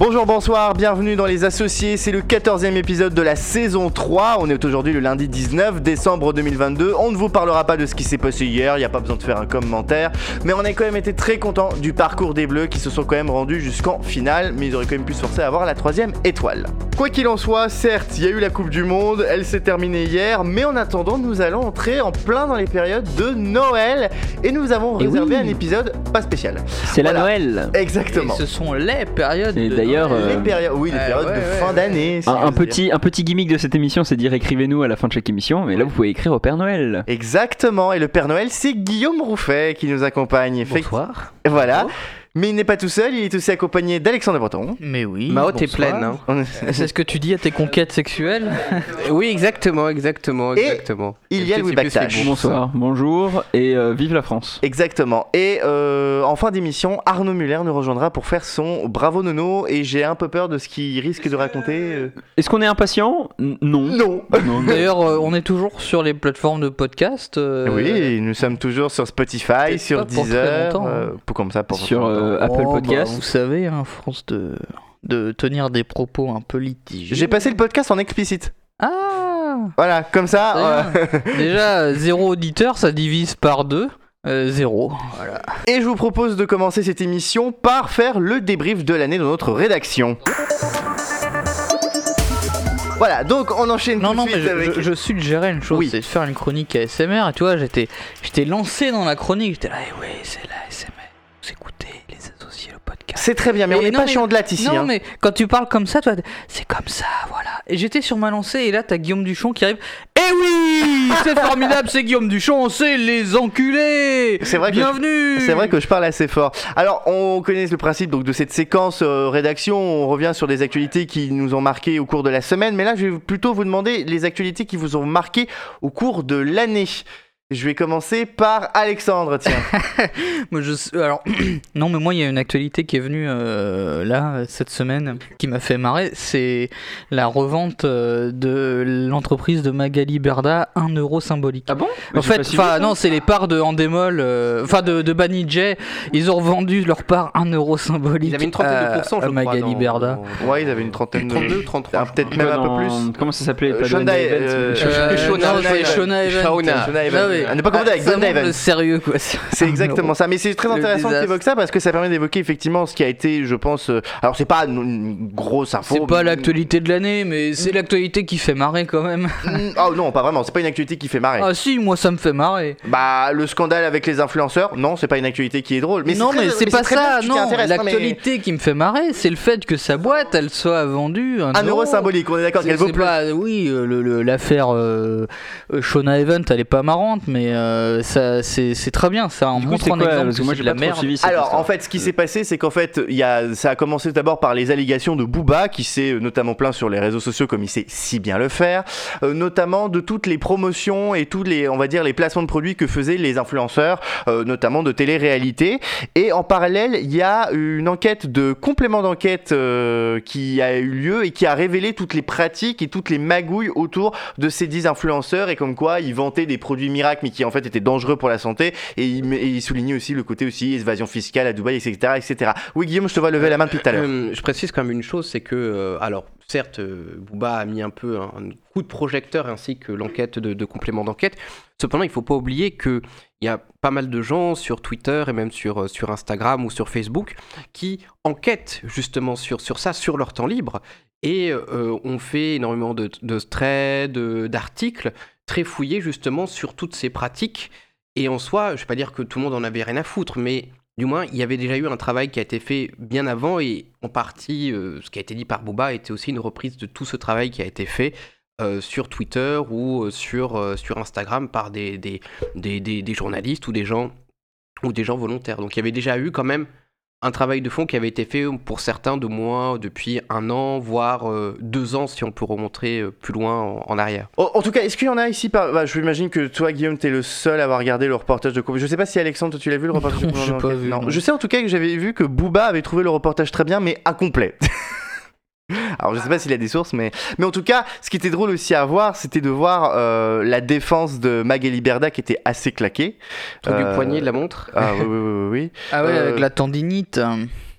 Bonjour, bonsoir, bienvenue dans Les Associés, c'est le 14e épisode de la saison 3. On est aujourd'hui le lundi 19 décembre 2022. On ne vous parlera pas de ce qui s'est passé hier, il n'y a pas besoin de faire un commentaire. Mais on a quand même été très contents du parcours des Bleus qui se sont quand même rendus jusqu'en finale. Mais ils auraient quand même pu se forcer à avoir la 3e étoile. Quoi qu'il en soit, certes, il y a eu la Coupe du Monde, elle s'est terminée hier. Mais en attendant, nous allons entrer en plein dans les périodes de Noël. Et nous avons réservé un épisode pas spécial. C'est la Noël. Exactement. Et ce sont les périodes Et de d'ailleurs, Noël. Les périodes de fin d'année. si un j'ose dire. petit gimmick de cette émission, c'est de dire écrivez-nous à la fin de chaque émission. Mais là, vous pouvez écrire au Père Noël. Exactement, et le Père Noël, c'est Guillaume Rouffet qui nous accompagne. Bonsoir. Voilà. Mais il n'est pas tout seul, il est aussi accompagné d'Alexandre Breton. Mais oui. Ma hotte est bonsoir. pleine. Hein. C'est ce que tu dis à tes conquêtes sexuelles. Oui, exactement. Et il y a Peut-être Louis c'est plus Bactache. c'est bon. Bonsoir, bonjour et vive la France. Exactement. Et en fin d'émission, Arnaud Muller nous rejoindra pour faire son Bravo Nono. Et j'ai un peu peur de ce qu'il risque de raconter. Est-ce qu'on est impatient ? Non. Non. Non. D'ailleurs, on est toujours sur les plateformes de podcast. Oui, nous sommes toujours sur Spotify, peut-être sur pas pour très Deezer. longtemps, hein. Comme ça, pour Sur très longtemps. Apple Podcast. Vous savez, hein, France de tenir des propos un peu litigieux. J'ai passé le podcast en explicite. Ah. Voilà, comme ça. Très bien. Déjà, 0 auditeur, ça divise par 2. 0. Voilà. Et je vous propose de commencer cette émission par faire le débrief de l'année de notre rédaction. Voilà, donc on enchaîne tout de Non, mais suite avec... je suggérais une chose, Oui. c'est de faire une chronique ASMR. Et tu vois, j'étais lancé dans la chronique. J'étais là, et ouais, c'est la ASMR. Vous écoutez les associés, le podcast. C'est très bien, mais on n'est non, pas mais- chez Ondelat ici. Non, hein. mais quand tu parles comme ça, toi, c'est comme ça, voilà. Et j'étais sur ma lancée, et là, t'as Guillaume Duchon qui arrive. Eh oui, c'est formidable, c'est Guillaume Duchon, c'est les enculés. C'est vrai que Bienvenue. C'est vrai que je parle assez fort. Alors, on connaît le principe donc, de cette séquence rédaction. On revient sur des actualités qui nous ont marqué au cours de la semaine. Mais là, je vais plutôt vous demander les actualités qui vous ont marqué au cours de l'année. Je vais commencer par Alexandre, tiens. Moi, alors, non, mais moi, il y a une actualité qui est venue là, cette semaine, qui m'a fait marrer. C'est la revente de l'entreprise de Magali Berda, 1 euro symbolique. Ah bon ? En fait, non, c'est les parts de Endemol, de Banijay. Ils ont revendu leur part 1 euro symbolique. Ils avaient une trentaine de pourcents, je à crois. Magali Berda. Ouais, ils avaient une trentaine de... 32, 33. Ah, peut-être même un peu plus. Comment ça s'appelait pas Shonda, Donda Events, Shona non, c'est Evans. Shona Evans. Shona. Shona Evans. Ah oui. À ne pas confondre avec Ça Donda montre Evans. le sérieux, quoi. C'est exactement ça, mais c'est très Le intéressant que tu désastre. évoques ça parce que ça permet d'évoquer effectivement ce qui a été, je pense, alors c'est pas une grosse info. C'est pas l'actualité de l'année, mais c'est l'actualité qui fait marrer quand même. Oh non, pas vraiment, c'est pas une actualité qui fait marrer. Ah si, moi ça me fait marrer. Bah, le scandale avec les influenceurs, non, c'est pas une actualité qui est drôle. Mais non, mais c'est pas très bien ça, que tu t'y non. intéresses, mais L'actualité qui me fait marrer, c'est le fait que sa boîte, elle soit vendue 1 1 euro symbolique, on est d'accord qu'elle vaut plus. Oui, l'affaire Shona Event, elle est pas marrante, mais ça, c'est très bien. Ça en Du coup, montre c'est un quoi, exemple parce que moi, c'est j'ai de la pas trop merde. suivi cette Alors histoire. en fait ce qui s'est passé c'est qu'en fait ça a commencé d'abord par les allégations de Booba qui s'est notamment plaint sur les réseaux sociaux comme il sait si bien le faire, notamment de toutes les promotions et tous les on va dire les placements de produits que faisaient les influenceurs, notamment de télé-réalité. Et en parallèle il y a une enquête de complément d'enquête qui a eu lieu et qui a révélé toutes les pratiques et toutes les magouilles autour de ces 10 influenceurs et comme quoi ils vantaient des produits miracles mais qui en fait étaient dangereux pour la santé et il soulignait aussi le côté aussi évasion fiscale à Dubaï, etc. Oui, Guillaume, je te vois lever la main depuis tout à l'heure. Je précise quand même une chose, c'est que, alors certes, Booba a mis un peu un coup de projecteur ainsi que l'enquête de complément d'enquête. Cependant, il ne faut pas oublier qu'il y a pas mal de gens sur Twitter et même sur Instagram ou sur Facebook qui enquêtent justement sur ça, sur leur temps libre et on fait énormément de threads, d'articles très fouillés justement sur toutes ces pratiques. Et en soi, je ne vais pas dire que tout le monde en avait rien à foutre, mais du moins, il y avait déjà eu un travail qui a été fait bien avant et en partie, ce qui a été dit par Booba était aussi une reprise de tout ce travail qui a été fait sur Twitter ou sur Instagram par des journalistes ou des gens volontaires. Donc il y avait déjà eu quand même un travail de fond qui avait été fait pour certains de moins depuis 1 an, voire 2 ans si on peut remonter plus loin en arrière. En tout cas, est-ce qu'il y en a ici je m'imagine que toi, Guillaume, t'es le seul à avoir regardé le reportage de Coupe. Je sais pas si Alexandre, tu l'as vu le reportage de Non, Coupe. j'ai pas vu, non. Je sais en tout cas que j'avais vu que Booba avait trouvé le reportage très bien, mais incomplet. Alors je sais pas s'il a des sources, mais en tout cas, ce qui était drôle aussi à voir, c'était de voir la défense de Magali Berda qui était assez claquée. Du poignet de la montre. Ah oui. Ah ouais, avec la tendinite.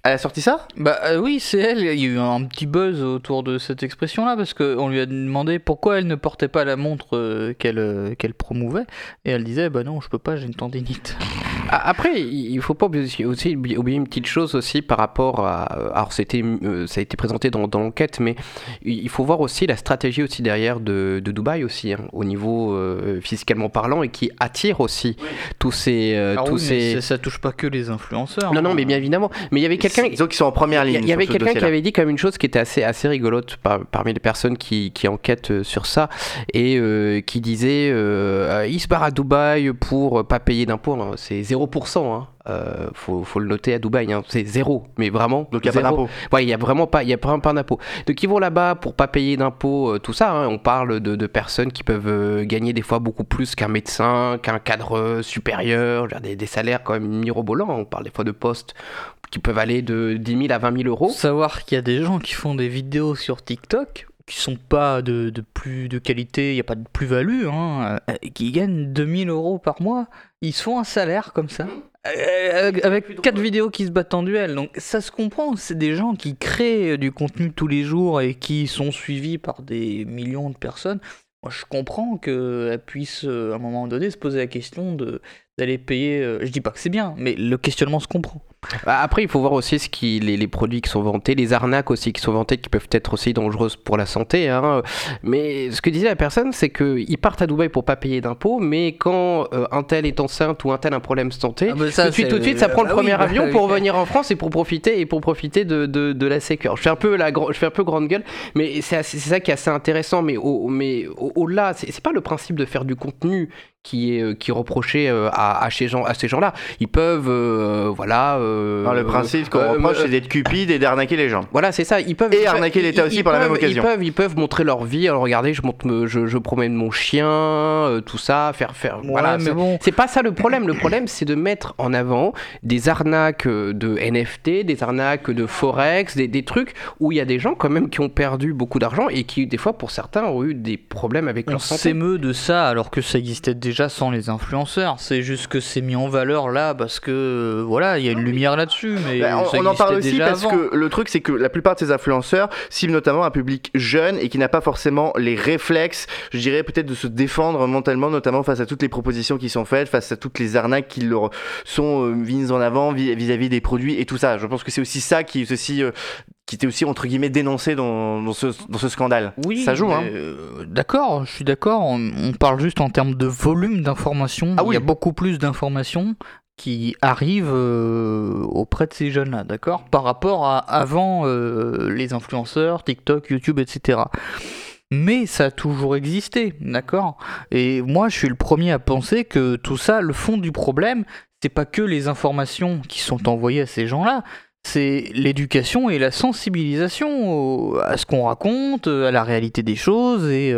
Elle a sorti ça ? Oui, c'est elle. Il y a eu un petit buzz autour de cette expression-là parce qu'on lui a demandé pourquoi elle ne portait pas la montre qu'elle promouvait et elle disait non, je peux pas, j'ai une tendinite. Après, il faut pas aussi oublier une petite chose aussi par rapport à... Alors, ça a été présenté dans l'enquête, mais il faut voir aussi la stratégie aussi derrière de Dubaï aussi, au niveau fiscalement parlant, et qui attire aussi tous ces... Ça touche pas que les influenceurs. Non, mais bien évidemment. Mais il y avait quelqu'un... Disons qu'ils sont en première ligne. Il y avait quelqu'un qui avait dit comme une chose qui était assez rigolote parmi les personnes qui enquêtent sur ça, et qui disait il se barre à Dubaï pour pas payer d'impôts. C'est 0%, hein. Faut le noter à Dubaï, hein. C'est 0, mais vraiment. Donc il n'y a pas d'impôt. Ouais, il y a vraiment pas d'impôt. Donc ils vont là-bas pour pas payer d'impôts, tout ça, hein. On parle de personnes qui peuvent gagner des fois beaucoup plus qu'un médecin, qu'un cadre supérieur, des salaires quand même mirobolants. On parle des fois de postes qui peuvent aller de 10 000 à 20 000 euros. Savoir qu'il y a des gens qui font des vidéos sur TikTok qui sont pas de plus de qualité, il n'y a pas de plus-value, hein, qui gagnent 2 000 euros par mois. Ils se font un salaire comme ça, avec 4 vidéos qui se battent en duel. Donc ça se comprend, c'est des gens qui créent du contenu tous les jours et qui sont suivis par des millions de personnes. Moi, je comprends qu'elles puissent, à un moment donné, se poser la question d'aller payer... je dis pas que c'est bien, mais le questionnement se comprend. Après, il faut voir aussi les produits qui sont vantés, les arnaques aussi qui sont vantées, qui peuvent être aussi dangereuses pour la santé, hein. Mais ce que disait la personne, c'est qu'ils partent à Dubaï pour pas payer d'impôts, mais quand un tel est enceinte ou un tel a un problème de santé, tout de suite, ça prend le premier avion pour revenir en France et pour profiter de la sécurité. Je fais un peu grande gueule, mais c'est ça qui est assez intéressant. Mais au-delà, c'est pas le principe de faire du contenu qui est reproché à ces gens-là. Ils peuvent, le principe qu'on reproche, c'est d'être cupide et d'arnaquer les gens. Voilà, c'est ça. Arnaquer l'État aussi par la même occasion. Ils peuvent montrer leur vie. Alors regardez, je promène mon chien, tout ça, faire. Ouais, voilà, mais bon. C'est pas ça le problème. Le problème, c'est de mettre en avant des arnaques de NFT, des arnaques de Forex, des trucs où il y a des gens quand même qui ont perdu beaucoup d'argent et qui, des fois, pour certains, ont eu des problèmes avec leur santé. On s'émeut de ça alors que ça existait déjà sans les influenceurs. C'est juste que c'est mis en valeur là parce que il y a une lumière là-dessus. Mais on en parle aussi parce avant. que le truc, c'est que la plupart de ces influenceurs ciblent notamment un public jeune et qui n'a pas forcément les réflexes, je dirais peut-être de se défendre mentalement, notamment face à toutes les propositions qui sont faites, face à toutes les arnaques qui leur sont mises en avant vis-à-vis des produits et tout ça. Je pense que c'est aussi ça qui était aussi entre guillemets dénoncé dans ce scandale. Oui, ça joue, hein. D'accord, je suis d'accord. On parle juste en termes de volume d'informations. Ah oui. Il y a beaucoup plus d'informations qui arrivent auprès de ces jeunes-là, d'accord, par rapport à avant les influenceurs, TikTok, YouTube, etc. Mais ça a toujours existé, d'accord. Et moi, je suis le premier à penser que tout ça, le fond du problème, c'est pas que les informations qui sont envoyées à ces gens-là. C'est l'éducation et la sensibilisation à ce qu'on raconte, à la réalité des choses et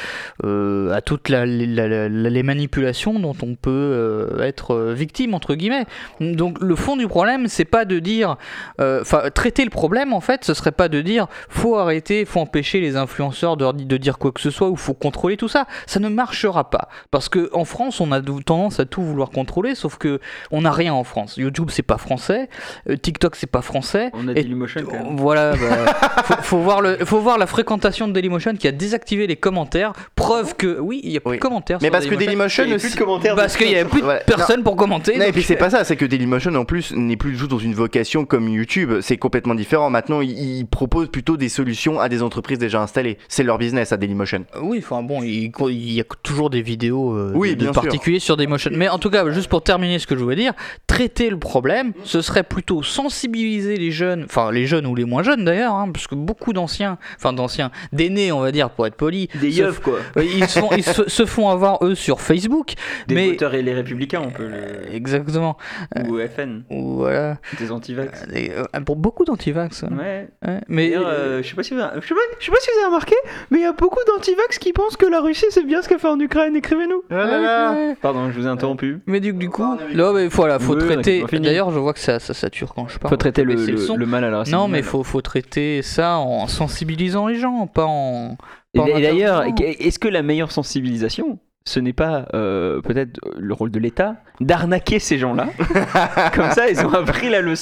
à toutes les manipulations dont on peut être victime, entre guillemets. Donc le fond du problème, c'est pas de dire... traiter le problème, en fait, ce serait pas de dire faut arrêter, faut empêcher les influenceurs de dire quoi que ce soit ou faut contrôler tout ça. Ça ne marchera pas. Parce qu'en France, on a tendance à tout vouloir contrôler, sauf que on n'a rien en France. YouTube, c'est pas français. TikTok, c'est pas français. On a Dailymotion quand même. Voilà, faut voir la fréquentation de Dailymotion qui a désactivé les commentaires. Preuve que oui, il y a plus de commentaires. Mais parce que Dailymotion aussi, parce qu'il y avait plus de personnes pour commenter. Non, et puis c'est pas ça, c'est que Dailymotion en plus n'est plus du tout dans une vocation comme YouTube. C'est complètement différent. Maintenant, ils proposent plutôt des solutions à des entreprises déjà installées. C'est leur business à Dailymotion. Oui, enfin bon, il y a toujours des vidéos de particuliers sur Dailymotion. Mais en tout cas, juste pour terminer ce que je voulais dire, traiter le problème, ce serait plutôt sensibiliser les jeunes, enfin les jeunes ou les moins jeunes d'ailleurs, hein, parce que beaucoup d'aînés on va dire pour être poli, des yeufs quoi. Ils se font avoir eux sur Facebook. Des voteurs et les Républicains on peut Exactement. Ou FN. Voilà. Des antivax. Pour beaucoup d'antivax. Ouais. Mais je sais pas si vous avez remarqué, mais il y a beaucoup d'antivax qui pensent que la Russie c'est bien ce qu'elle fait en Ukraine. Écrivez-nous. Pardon, je vous ai interrompu. Mais du coup, là, mais voilà, faut traiter. D'ailleurs, je vois que ça sature quand je parle. Faut traiter le mal à la racine. Non, mais faut traiter ça en sensibilisant les gens, pas en. Et d'ailleurs, est-ce que la meilleure sensibilisation, ce n'est pas peut-être le rôle de l'État d'arnaquer ces gens-là? Comme ça, ils ont appris la leçon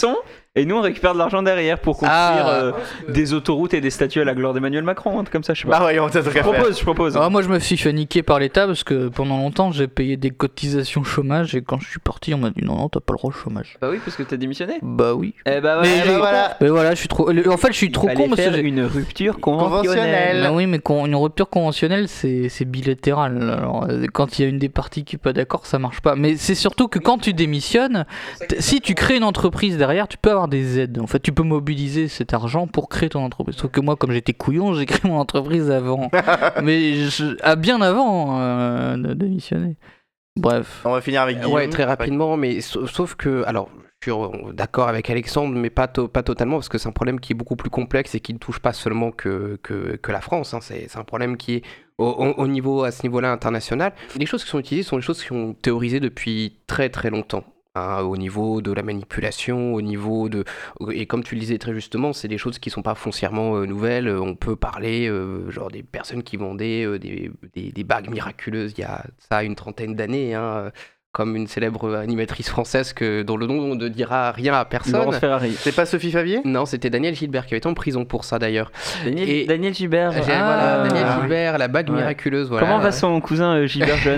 Et nous, on récupère de l'argent derrière pour construire des autoroutes et des statues à la gloire d'Emmanuel Macron, un truc comme ça, je sais pas. Bah ouais, on t'a Je propose. Alors moi, je me suis fait niquer par l'État parce que pendant longtemps, j'ai payé des cotisations chômage et quand je suis parti, on m'a dit non, t'as pas le droit au chômage. Bah oui, parce que t'as démissionné. Bah oui. Eh bah Mais voilà, je suis trop. En fait, je suis trop con parce que j'ai une rupture conventionnelle. Bah oui, mais une rupture conventionnelle, c'est bilatéral. Alors, quand il y a une des parties qui est pas d'accord, ça marche pas. Mais c'est surtout que quand tu démissionnes, si tu crées une entreprise derrière, tu peux avoir des aides. En fait, tu peux mobiliser cet argent pour créer ton entreprise. Sauf que moi, comme j'étais couillon, j'ai créé mon entreprise avant. Mais bien avant de démissionner. Bref. On va finir avec Guillaume. Ouais, très rapidement, mais sauf que, alors, je suis d'accord avec Alexandre, mais pas totalement, parce que c'est un problème qui est beaucoup plus complexe et qui ne touche pas seulement que la France. Hein. C'est un problème qui est à ce niveau-là international. Les choses qui sont utilisées sont des choses qui sont théorisées depuis très très longtemps. Hein, au niveau de la manipulation, et comme tu le disais très justement, c'est des choses qui sont pas foncièrement nouvelles. On peut parler genre des personnes qui vendaient des bagues miraculeuses il y a ça une trentaine d'années, hein, comme une célèbre animatrice française dont le nom ne dira rien à personne. Laurence Ferrari. C'est pas Sophie Favier ? Non, c'était Daniel Gilbert qui avait été en prison pour ça d'ailleurs. Daniel Gilbert. Voilà, Daniel Gilbert, la bague miraculeuse. Voilà. Comment va son cousin Gilbert jeune ?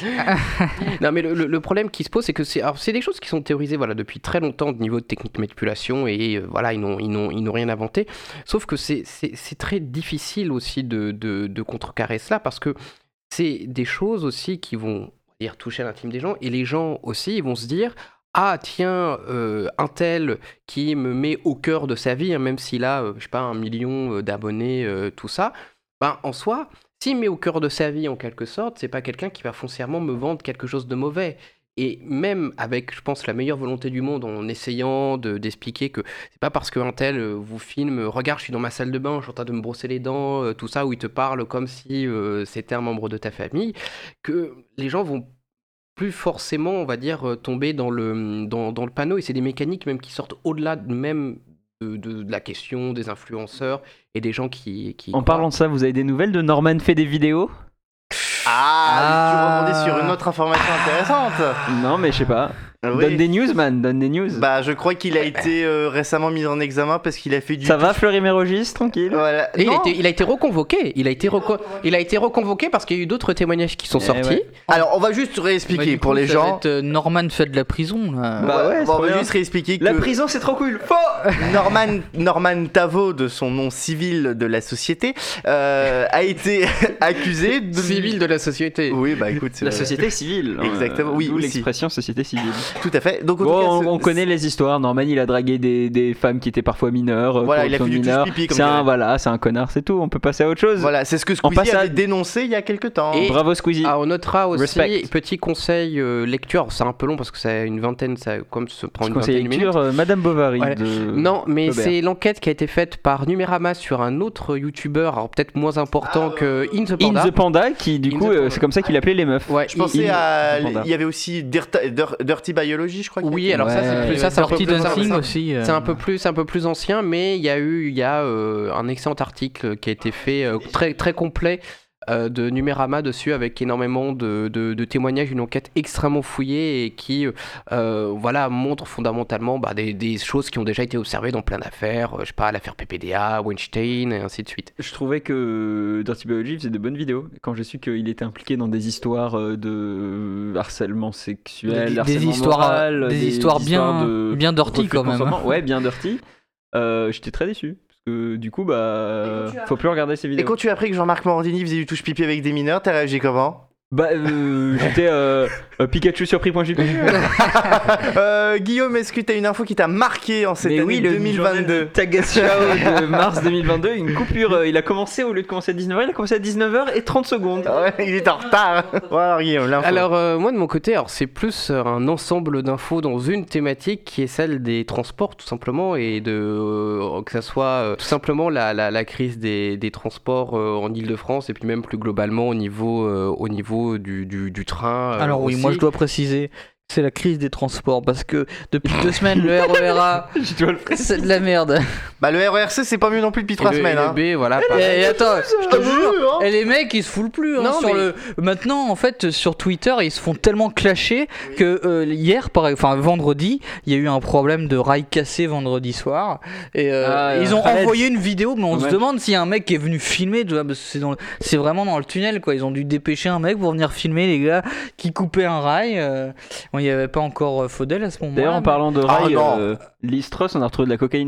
Non, mais le problème qui se pose, c'est que c'est des choses qui sont théorisées depuis très longtemps au niveau de techniques de manipulation et voilà, ils n'ont rien inventé. Sauf que c'est très difficile aussi de contrecarrer cela parce que c'est des choses aussi qui vont toucher à l'intime des gens et les gens aussi ils vont se dire ah tiens un tel qui me met au cœur de sa vie, hein, même s'il a je sais pas 1 million d'abonnés, tout ça, ben en soi s'il me met au cœur de sa vie en quelque sorte, c'est pas quelqu'un qui va foncièrement me vendre quelque chose de mauvais. Et même avec, je pense, la meilleure volonté du monde, en essayant d'expliquer que c'est pas parce qu'un tel vous filme, regarde, je suis dans ma salle de bain, je suis en train de me brosser les dents, tout ça, où il te parle comme si c'était un membre de ta famille, que les gens vont plus forcément, on va dire, tomber dans le panneau. Et c'est des mécaniques même qui sortent au-delà même de la question des influenceurs et des gens qui En parlant de ça, vous avez des nouvelles de Norman fait des vidéos ? Tu rebondis sur une autre information intéressante. Non, mais je sais pas. Oui. Donne des news, man, donne des news. Bah, je crois qu'il a été récemment mis en examen parce qu'il a fait du. Ça va, Fleury Mérogis, tranquille. Voilà. Et il a été reconvoqué. Il a été reconvoqué parce qu'il y a eu d'autres témoignages qui sont sortis. Ouais. Alors, on va juste réexpliquer pour les gens. Norman fait de la prison. Là. Bah ouais, on va juste réexpliquer que. La prison, c'est trop cool. Norman Tavo, de son nom civil de la société, a été accusé de. Civil de la société. Oui, bah écoute. La société civile. Exactement, oui. D'où l'expression société civile. Tout à fait. Donc, on connaît les histoires. Norman, il a dragué des femmes qui étaient parfois mineures. Voilà, il a fait du pipi comme ça. C'est un connard, c'est tout. On peut passer à autre chose. Voilà, c'est ce que Squeezie avait dénoncé il y a quelques temps. Et bravo Squeezie. On notera aussi petit conseil lecture. C'est un peu long parce que c'est une vingtaine, ça comme se prend une vingtaine de minutes. Lecture, Madame Bovary. Ouais. Non, mais c'est l'enquête qui a été faite par Numérama sur un autre youtubeur, alors peut-être moins important que In the Panda. Qui du coup, c'est comme ça qu'il appelait les meufs. Ouais, je pensais il y avait aussi Dirty Biology, je crois. Oui, alors ça c'est plus ça, c'est un peu plus Dancing aussi. C'est un peu plus ancien, mais il y a un excellent article qui a été fait très très complet de Numérama dessus, avec énormément de témoignages, une enquête extrêmement fouillée et qui montre fondamentalement des choses qui ont déjà été observées dans plein d'affaires, je sais pas, l'affaire PPDA, Weinstein et ainsi de suite. Je trouvais que Dirty Biology faisait de bonnes vidéos. Quand j'ai su qu'il était impliqué dans des histoires de harcèlement sexuel, des histoires bien dirty quand même. Ouais, bien dirty. J'étais très déçu. Du coup, faut plus regarder ces vidéos. Et quand tu as appris que Jean-Marc Morandini faisait du touche pipi avec des mineurs, t'as réagi comment ? J'étais Pikachu surpris.jp. Guillaume, est-ce que t'as une info qui t'a marqué en cette année 2022 ? Tagasiao de mars 2022, une coupure. Il a commencé, au lieu de commencer à 19h, il a commencé à 19h30. Ouais, il est en retard. Alors Guillaume, l'info. Alors moi de mon côté, c'est plus un ensemble d'infos dans une thématique qui est celle des transports tout simplement, et que ça soit tout simplement la crise des transports en Ile-de-France, et puis même plus globalement au niveau du train. Alors oui, moi je dois préciser, c'est la crise des transports. Parce que depuis 2 semaines, le RERA, c'est de la merde. Bah, le RERC, c'est pas mieux non plus depuis 3 semaines. Le B, voilà. Et attends, je te jure, hein. et les mecs ils se foulent plus. Hein, Non, sur mais- Maintenant, en fait, sur Twitter, ils se font tellement clasher que vendredi, il y a eu un problème de rail cassé vendredi soir. Et ils ont Khaled. envoyé une vidéo, mais on se Ouais. demande s'il y a un mec qui est venu filmer. C'est vraiment dans le tunnel, quoi. Ils ont dû dépêcher un mec pour venir filmer les gars qui coupaient un rail. Bon, il n'y avait pas encore Faudel à ce moment-là. D'ailleurs, en parlant de rail, non. Liz Truss, on a retrouvé de la cocaïne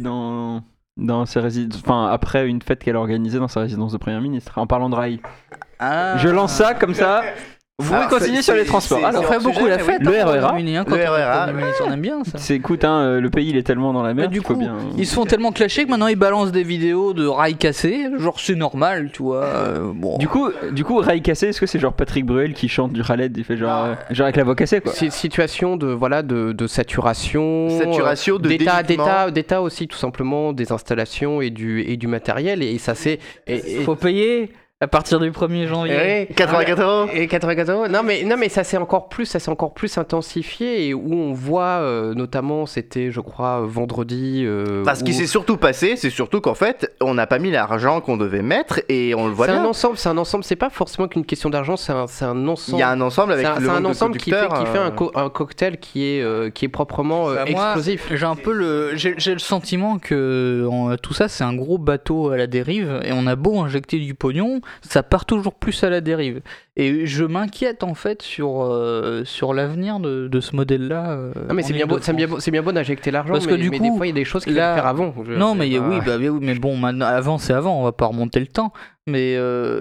dans ses résidences. Enfin, après une fête qu'elle a organisée dans sa résidence de Premier ministre. En parlant de rail. Ah. Je lance ça comme ça. Vous pouvez continuer sur les transports. c'est- Alors, On fait hors beaucoup sujet, la mais fête. oui. Le hein, RERA. Royaume-Uni, hein, quand Le on est RERA, Premier ministre, on aime bien ça. écoute, le pays il est tellement dans la merde Du qu'il faut coup, bien. ils se font tellement clasher que maintenant ils balancent des vidéos de rails cassés. Genre c'est normal, tu vois. Bon. Du coup, rail cassé, est-ce que c'est genre Patrick Bruel qui chante du Khaled, il fait genre avec la voix cassée quoi. C'est une situation de saturation, Saturation, de délitement. d'état aussi tout simplement des installations et du matériel et ça c'est Faut payer à partir du 1er janvier. 84 €. Et 84 €. Non mais ça s'est encore plus intensifié et où on voit notamment c'était je crois vendredi. Parce qu'il s'est surtout passé, c'est surtout qu'en fait, on n'a pas mis l'argent qu'on devait mettre et on le voit c'est bien. c'est un ensemble. C'est pas forcément qu'une question d'argent. C'est un ensemble. Il y a un ensemble avec c'est le un nombre de ensemble qui fait conducteurs, un cocktail qui est proprement Bah, moi, explosif. j'ai un peu j'ai le sentiment que tout ça c'est un gros bateau à la dérive et on a beau injecter du pognon, ça part toujours plus à la dérive. Et je m'inquiète en fait sur l'avenir de ce modèle-là. Non mais en c'est bien beau d'injecter l'argent, Parce que mais du des coup, fois il y a des choses qu'il faut là- faire avant. Non, mais oui, mais bon, maintenant, avant c'est avant, on va pas remonter le temps. Mais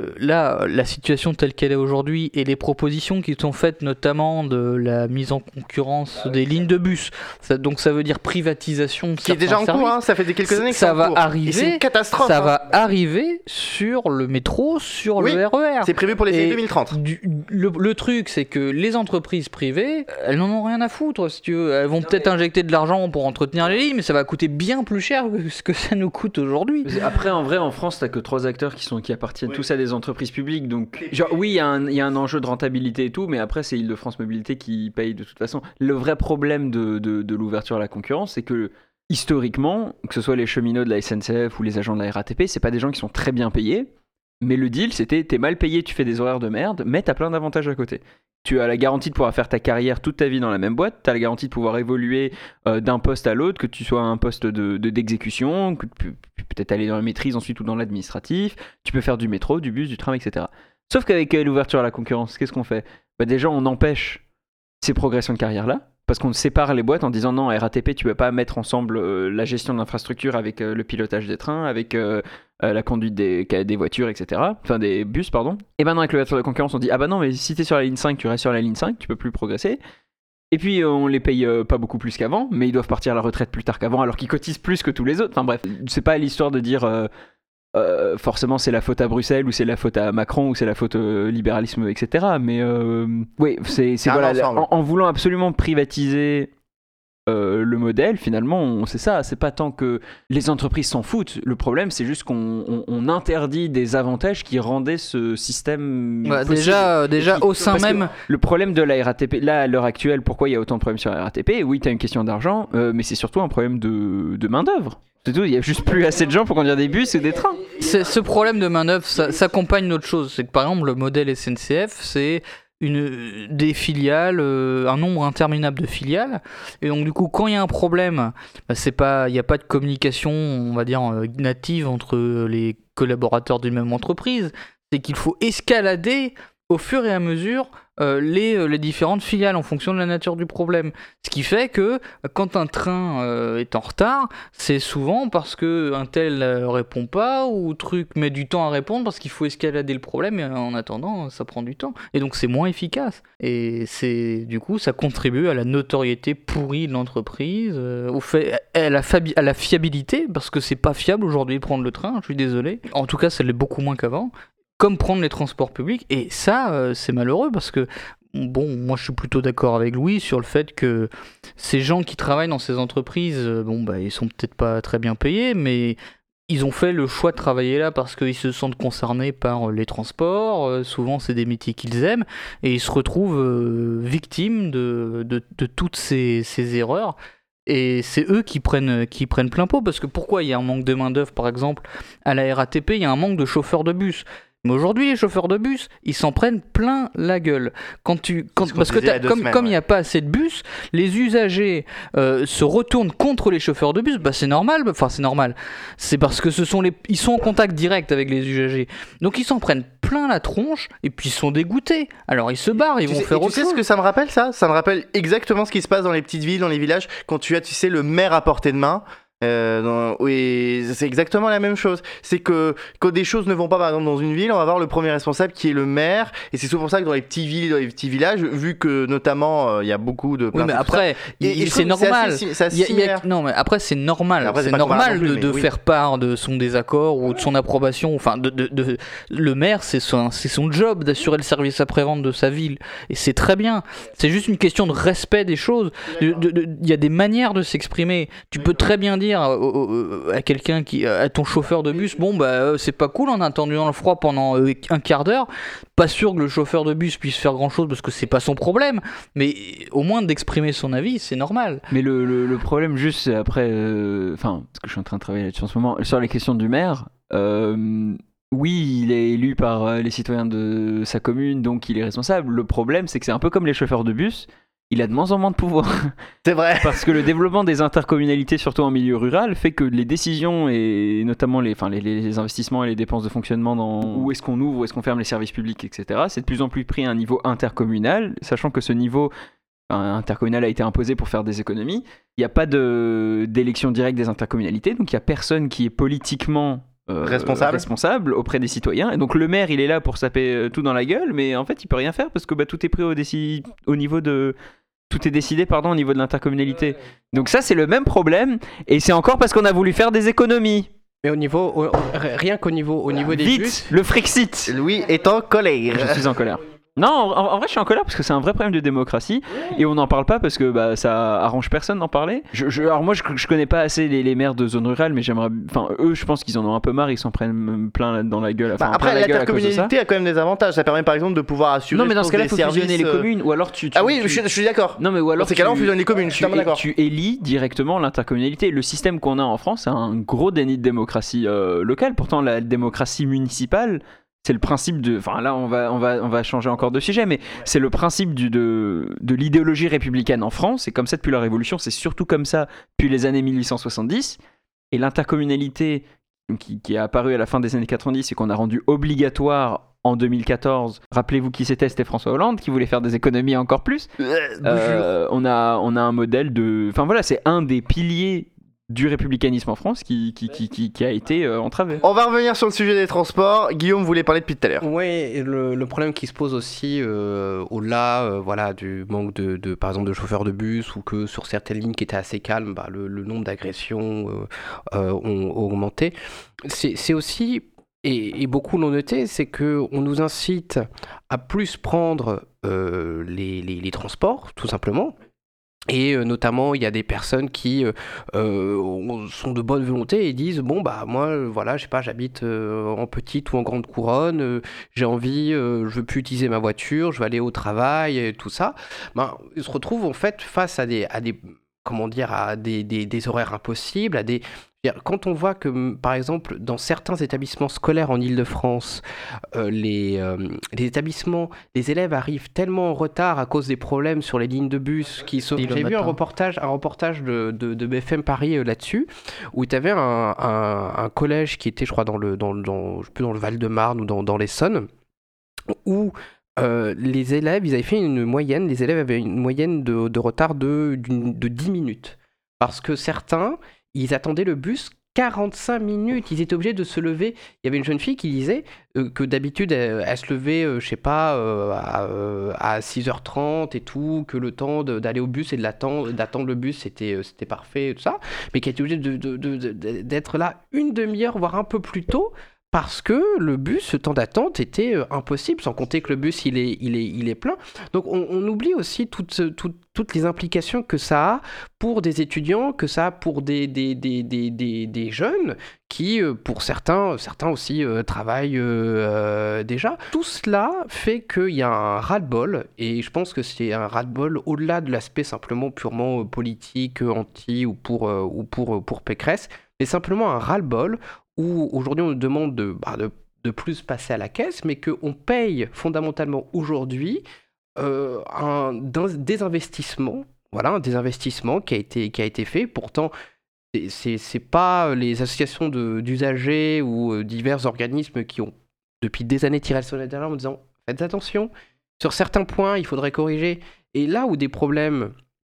là, la situation telle qu'elle est aujourd'hui et les propositions qui sont faites, notamment de la mise en concurrence des lignes de bus, donc ça veut dire privatisation. de qui est déjà en certains cours, services. ça fait quelques années que Ça c'est en va cours. arriver, Et c'est une catastrophe. Ça hein. va arriver sur le métro, sur Oui, le RER. C'est prévu pour les années Et 2030. Le truc, c'est que les entreprises privées, elles n'en ont rien à foutre, si tu veux. Elles vont peut-être injecter de l'argent pour entretenir les lignes, mais ça va coûter bien plus cher que ce que ça nous coûte aujourd'hui. Après, en vrai, en France, t'as que 3 acteurs qui appartiennent tous à des entreprises publiques. Donc, genre, oui, il y a un enjeu de rentabilité et tout, mais après, c'est Île-de-France Mobilité qui paye de toute façon. Le vrai problème de l'ouverture à la concurrence, c'est que historiquement, que ce soit les cheminots de la SNCF ou les agents de la RATP, c'est pas des gens qui sont très bien payés. Mais le deal, c'était t'es mal payé, tu fais des horaires de merde, mais t'as plein d'avantages à côté. Tu as la garantie de pouvoir faire ta carrière toute ta vie dans la même boîte, t'as la garantie de pouvoir évoluer d'un poste à l'autre, que tu sois un poste d'exécution, que tu peux peut-être aller dans la maîtrise ensuite ou dans l'administratif, tu peux faire du métro, du bus, du tram, etc. Sauf qu'avec l'ouverture à la concurrence, qu'est-ce qu'on fait ? Déjà, on empêche ces progressions de carrière-là, parce qu'on sépare les boîtes en disant non, RATP, tu peux pas mettre ensemble la gestion de l'infrastructure avec le pilotage des trains, avec la conduite des voitures, etc. Enfin, des bus, pardon. Et maintenant, avec l'ouverture de la concurrence, on dit ah bah non, mais si t'es sur la ligne 5, tu restes sur la ligne 5, tu peux plus progresser. Et puis, on les paye pas beaucoup plus qu'avant, mais ils doivent partir à la retraite plus tard qu'avant, alors qu'ils cotisent plus que tous les autres. Enfin bref, c'est pas l'histoire de dire forcément c'est la faute à Bruxelles ou c'est la faute à Macron ou c'est la faute au libéralisme, etc. Mais oui, c'est un voilà, ensemble. en voulant absolument privatiser le modèle, finalement, c'est ça. C'est pas tant que les entreprises s'en foutent. Le problème, c'est juste qu'on interdit des avantages qui rendaient ce système possible. Déjà au sein Parce que même. le problème de la RATP, là, à l'heure actuelle, pourquoi il y a autant de problèmes sur la RATP ? Oui, t'as une question d'argent, mais c'est surtout un problème de main-d'œuvre. C'est tout, il y a juste plus assez de gens pour conduire des bus et des trains. Ce problème de main-d'œuvre s'accompagne d'autre chose. C'est que par exemple, le modèle SNCF, c'est des filiales, un nombre interminable de filiales, et donc du coup quand il y a un problème, il n'y a pas de communication, on va dire native entre les collaborateurs d'une même entreprise, c'est qu'il faut escalader au fur et à mesure les différentes filiales en fonction de la nature du problème. Ce qui fait que quand un train est en retard, c'est souvent parce qu'un tel répond pas ou truc met du temps à répondre parce qu'il faut escalader le problème et en attendant ça prend du temps. Et donc c'est moins efficace. Et du coup ça contribue à la notoriété pourrie de l'entreprise, au fait, à la fiabilité, parce que c'est pas fiable aujourd'hui de prendre le train, je suis désolé. En tout cas ça l'est beaucoup moins qu'avant. Comme prendre les transports publics, et ça, c'est malheureux parce que, bon, moi je suis plutôt d'accord avec Louis sur le fait que ces gens qui travaillent dans ces entreprises, ils sont peut-être pas très bien payés, mais ils ont fait le choix de travailler là parce qu'ils se sentent concernés par les transports, souvent c'est des métiers qu'ils aiment, et ils se retrouvent victimes de toutes ces erreurs. Et c'est eux qui prennent plein pot, parce que pourquoi il y a un manque de main-d'œuvre, par exemple, à la RATP, il y a un manque de chauffeurs de bus. Mais aujourd'hui, les chauffeurs de bus, ils s'en prennent comme il n'y a pas assez de bus, les usagers se retournent contre les chauffeurs de bus. Bah c'est normal. C'est parce que ils sont en contact direct avec les usagers. Donc ils s'en prennent plein la tronche et puis ils sont dégoûtés. Alors ils se barrent, ils vont faire autre chose. Tu sais ce que ça me rappelle, ça ? Ça me rappelle exactement ce qui se passe dans les petites villes, dans les villages, quand tu as, le maire à portée de main. Oui, c'est exactement la même chose. C'est que quand des choses ne vont pas, par exemple dans une ville, on va avoir le premier responsable qui est le maire, et c'est souvent pour ça que dans les petites villes, dans les petits villages, vu que notamment il y a beaucoup de plaintes. Oui, mais après, c'est normal. Non, mais après c'est normal. Après, c'est normal de faire part de son désaccord ou de son approbation. Enfin, le maire, c'est son job d'assurer le service après-vente de sa ville, et c'est très bien. C'est juste une question de respect des choses. Il y a des manières de s'exprimer. Tu peux très bien dire à quelqu'un à ton chauffeur de bus, c'est pas cool, on a attendu dans le froid pendant un quart d'heure, pas sûr que le chauffeur de bus puisse faire grand chose parce que c'est pas son problème, mais au moins d'exprimer son avis, c'est normal. Mais le problème juste c'est après, parce que je suis en train de travailler là-dessus en ce moment, sur les questions du maire, oui, il est élu par les citoyens de sa commune, donc il est responsable. Le problème, c'est que c'est un peu comme les chauffeurs de bus. Il a de moins en moins de pouvoir. C'est vrai. Parce que le développement des intercommunalités, surtout en milieu rural, fait que les décisions et notamment les investissements et les dépenses de fonctionnement dans où est-ce qu'on ouvre, où est-ce qu'on ferme les services publics, etc., c'est de plus en plus pris à un niveau intercommunal, sachant que ce niveau intercommunal a été imposé pour faire des économies. Il n'y a pas d'élection directe des intercommunalités, donc il n'y a personne qui est politiquement responsable auprès des citoyens, et donc le maire il est là pour saper tout dans la gueule, mais en fait il peut rien faire parce que tout est pris au niveau de tout est décidé au niveau de l'intercommunalité. Donc ça c'est le même problème, et c'est encore parce qu'on a voulu faire des économies. Mais rien qu'au niveau des Vite, bus, le Frexit. Louis est en colère. Je suis en colère. Non, en vrai, je suis en colère parce que c'est un vrai problème de démocratie, et on n'en parle pas parce que ça arrange personne d'en parler. Alors moi, je connais pas assez les maires de zones rurales, mais eux, je pense qu'ils en ont un peu marre, ils s'en prennent plein dans la gueule. Après, l'intercommunalité a quand même des avantages. Ça permet par exemple de pouvoir assurer. Non, mais dans ce cas-là, il faut fusionner les communes, ou alors Ah oui, je suis d'accord. Non, mais ou alors dans ces cas-là, on fusionne les communes. Je suis d'accord. Tu élis directement l'intercommunalité. Le système qu'on a en France, c'est un gros déni de démocratie locale. Pourtant, la démocratie municipale. C'est le principe de... Enfin là, on va changer encore de sujet, mais c'est le principe de l'idéologie républicaine en France. C'est comme ça depuis la Révolution, c'est surtout comme ça depuis les années 1870. Et l'intercommunalité qui est apparue à la fin des années 90 et qu'on a rendu obligatoire en 2014. Rappelez-vous qui c'était François Hollande qui voulait faire des économies encore plus. On a un modèle de... Enfin voilà, c'est un des piliers du républicanisme en France qui a été entravé. On va revenir sur le sujet des transports. Guillaume voulait parler depuis tout à l'heure. Oui, le problème qui se pose aussi au-delà du manque de par exemple de chauffeurs de bus, ou que sur certaines lignes qui étaient assez calmes, le nombre d'agressions ont augmenté. C'est aussi, et beaucoup l'ont noté, c'est qu'on nous incite à plus prendre les transports, tout simplement. Et notamment, il y a des personnes qui sont de bonne volonté et disent moi, je sais pas, j'habite en petite ou en grande couronne, j'ai envie, je veux plus utiliser ma voiture, je vais aller au travail, et tout ça. Ils se retrouvent en fait face à des horaires impossibles, quand on voit que, par exemple, dans certains établissements scolaires en Île-de-France, les élèves arrivent tellement en retard à cause des problèmes sur les lignes de bus j'ai vu un reportage de BFM Paris là-dessus, où tu avais un collège qui était, je crois, dans le Val-de-Marne ou dans l'Essonne, où les élèves, ils avaient fait les élèves avaient une moyenne de retard de 10 minutes. Parce que certains, ils attendaient le bus 45 minutes, ils étaient obligés de se lever. Il y avait une jeune fille qui disait que d'habitude, elle se levait, à 6h30 et tout, que le temps d'aller au bus et d'attendre le bus, c'était parfait et tout ça, mais qu'elle était obligée d'être là une demi-heure, voire un peu plus tôt, parce que le bus, ce temps d'attente était impossible, sans compter que le bus il est plein. Donc on oublie aussi toutes les implications que ça a pour des étudiants, que ça a pour des jeunes qui, pour certains aussi, travaillent déjà. Tout cela fait qu'il y a un ras-le-bol, et je pense que c'est un ras-le-bol au-delà de l'aspect simplement purement politique, anti ou pour Pécresse, mais simplement un ras-le-bol où aujourd'hui on nous demande de plus passer à la caisse, mais qu'on paye fondamentalement aujourd'hui des investissements, voilà, un désinvestissement qui a été fait. Pourtant, c'est pas les associations d'usagers ou divers organismes qui ont depuis des années tiré le sonnet d'alarme en disant faites attention, sur certains points il faudrait corriger. Et là où des problèmes,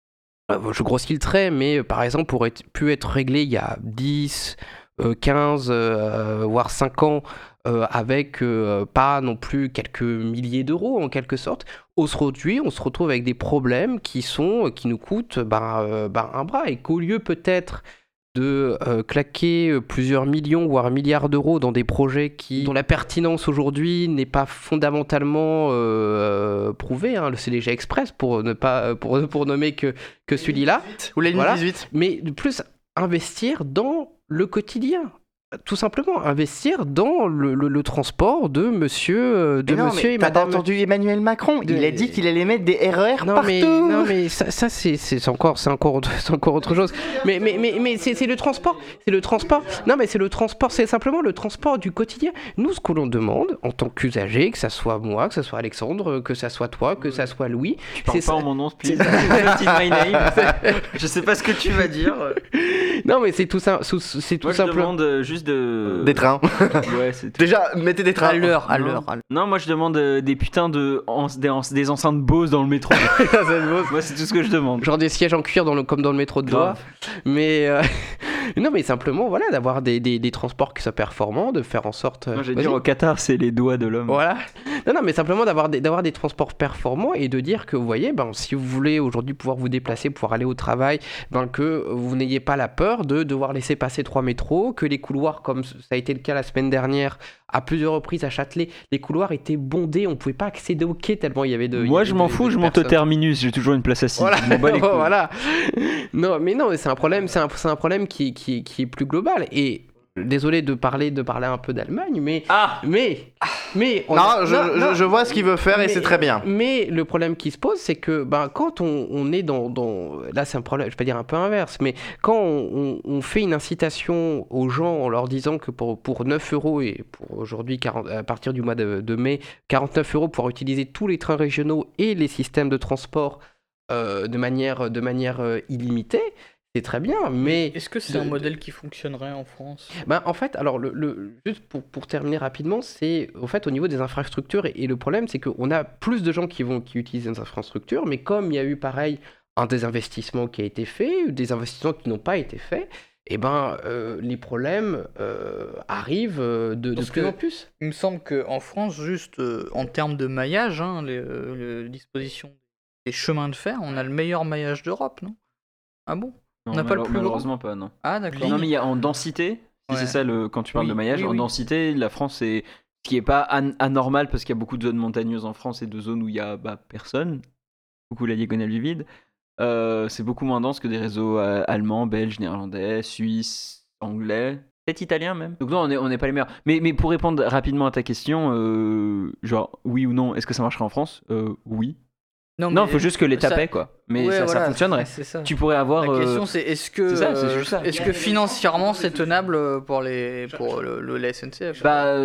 je grossis le trait, mais par exemple auraient pu être réglés il y a 10, 15, voire 5 ans, avec pas non plus quelques milliers d'euros en quelque sorte, aujourd'hui on se retrouve avec des problèmes qui nous coûtent un bras, et qu'au lieu peut-être de claquer plusieurs millions voire milliards d'euros dans des projets dont la pertinence aujourd'hui n'est pas fondamentalement prouvée, hein, le CDG Express pour nommer que celui-là, ou la ligne 18, mais de plus investir dans le quotidien. Tout simplement, investir dans le transport de monsieur et t'as madame. T'as entendu Emmanuel Macron, il a dit qu'il allait mettre des RER partout. Mais ça c'est encore autre chose. Mais c'est le transport. Non, mais c'est le transport, c'est simplement le transport du quotidien. Nous, ce que l'on demande, en tant qu'usager, que ça soit moi, que ça soit Alexandre, que ça soit toi, que ça soit Louis... Tu parles pas en mon nom, please. My name. Je sais pas ce que tu vas dire. Non, mais c'est tout ça. Moi, je demande juste des trains. Ouais, c'est tout. Déjà, mettez des trains à l'heure. Non, moi je demande des putains des enceintes Bose dans le métro. Moi, c'est tout ce que je demande. Genre des sièges en cuir comme dans le métro de Doha. Mais non, mais simplement, voilà, d'avoir des transports qui soient performants, de faire en sorte. Moi, j'ai dire au Qatar, c'est les doigts de l'homme. Voilà. Non, mais simplement d'avoir des transports performants, et de dire que, vous voyez, si vous voulez aujourd'hui pouvoir vous déplacer, pouvoir aller au travail, que vous n'ayez pas la peur de devoir laisser passer 3 métros, que les couloirs, comme ça a été le cas la semaine dernière, à plusieurs reprises à Châtelet, les couloirs étaient bondés, on ne pouvait pas accéder au quai tellement il y avait de... Moi, je m'en fous, je monte au terminus, j'ai toujours une place assise. Voilà. Voilà. Non, mais c'est un problème, c'est un problème qui est plus global. Et désolé de parler un peu d'Allemagne, mais je vois ce qu'il veut faire, et c'est très bien. Mais le problème qui se pose, c'est que quand on est dans là, c'est un problème, je vais pas dire un peu inverse, mais quand on fait une incitation aux gens en leur disant que pour 9 euros, et pour aujourd'hui à partir du mois de mai, 49 euros pour utiliser tous les trains régionaux et les systèmes de transport de manière illimitée, c'est très bien, mais... Est-ce que c'est un modèle qui fonctionnerait en France ? En fait, alors, juste pour terminer rapidement, c'est au fait au niveau des infrastructures, et le problème, c'est qu'on a plus de gens qui utilisent les infrastructures, mais comme il y a eu, pareil, un désinvestissement qui a été fait, des investissements qui n'ont pas été faits, les problèmes arrivent de plus en plus. Il me semble qu'en France, juste en termes de maillage, les dispositions des chemins de fer, on a le meilleur maillage d'Europe, non ? Ah bon ? Non, on n'a pas le plus malheureusement pas, non. Ah, d'accord. Non, mais il y a en densité, si c'est ça quand tu parles de maillage, en densité, la France, c'est ce qui n'est pas anormal, parce qu'il y a beaucoup de zones montagneuses en France et de zones où il n'y a personne, beaucoup la diagonale du vide. C'est beaucoup moins dense que des réseaux allemands, belges, néerlandais, suisses, anglais, peut-être italiens même. Donc non, on n'est pas les meilleurs. Mais pour répondre rapidement à ta question, genre oui ou non, est-ce que ça marcherait en France ? Oui. Non, il faut juste que l'État paie, quoi. Mais ça fonctionnerait. C'est ça. Tu pourrais avoir... La question, c'est est-ce que financièrement, c'est tenable pour la SNCF ?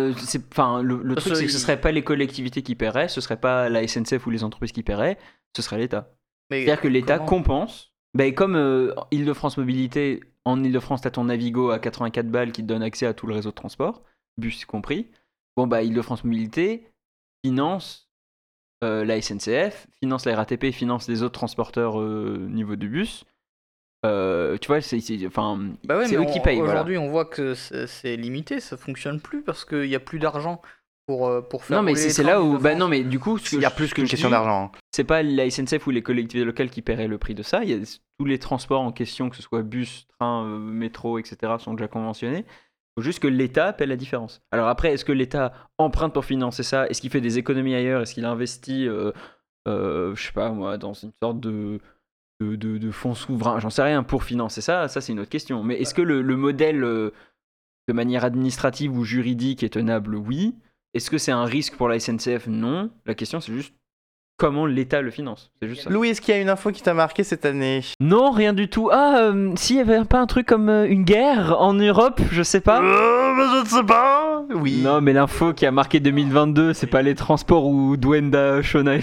Le truc, c'est que ce ne serait pas les collectivités qui paieraient, ce ne serait pas la SNCF ou les entreprises qui paieraient, ce serait l'État. C'est-à-dire que l'État compense. Comme Île-de-France Mobilité, en Île-de-France, tu as ton Navigo à 84 balles qui te donne accès à tout le réseau de transport, bus compris. Île-de-France Mobilité finance... la SNCF, finance la RATP, finance les autres transporteurs niveau du bus. Tu vois, c'est eux qui payent. Aujourd'hui, on voit que c'est limité, ça fonctionne plus parce qu'il n'y a plus d'argent pour faire. Non, mais c'est là où. Non, mais du coup, il y a plus qu'une question d'argent. C'est pas la SNCF ou les collectivités locales qui paieraient le prix de ça. Il y a tous les transports en question, que ce soit bus, train, métro, etc., sont déjà conventionnés. faut juste que l'État paie la différence. Alors après, est-ce que l'État emprunte pour financer ça? Est-ce qu'il fait des économies ailleurs? Est-ce qu'il investit, je sais pas moi, dans une sorte de fonds souverains? J'en sais rien, pour financer ça c'est une autre question. Mais est-ce que le modèle de manière administrative ou juridique est tenable? Oui. Est-ce que c'est un risque pour la SNCF? Non. La question c'est juste comment l'État le finance. C'est juste ça. Louis, est-ce qu'il y a une info qui t'a marqué cette année? Non, rien du tout. S'il y avait pas un truc comme une guerre en Europe, je sais pas. Je ne sais pas. Oui. Non, mais l'info qui a marqué 2022, c'est pas les transports où Dwenda Shona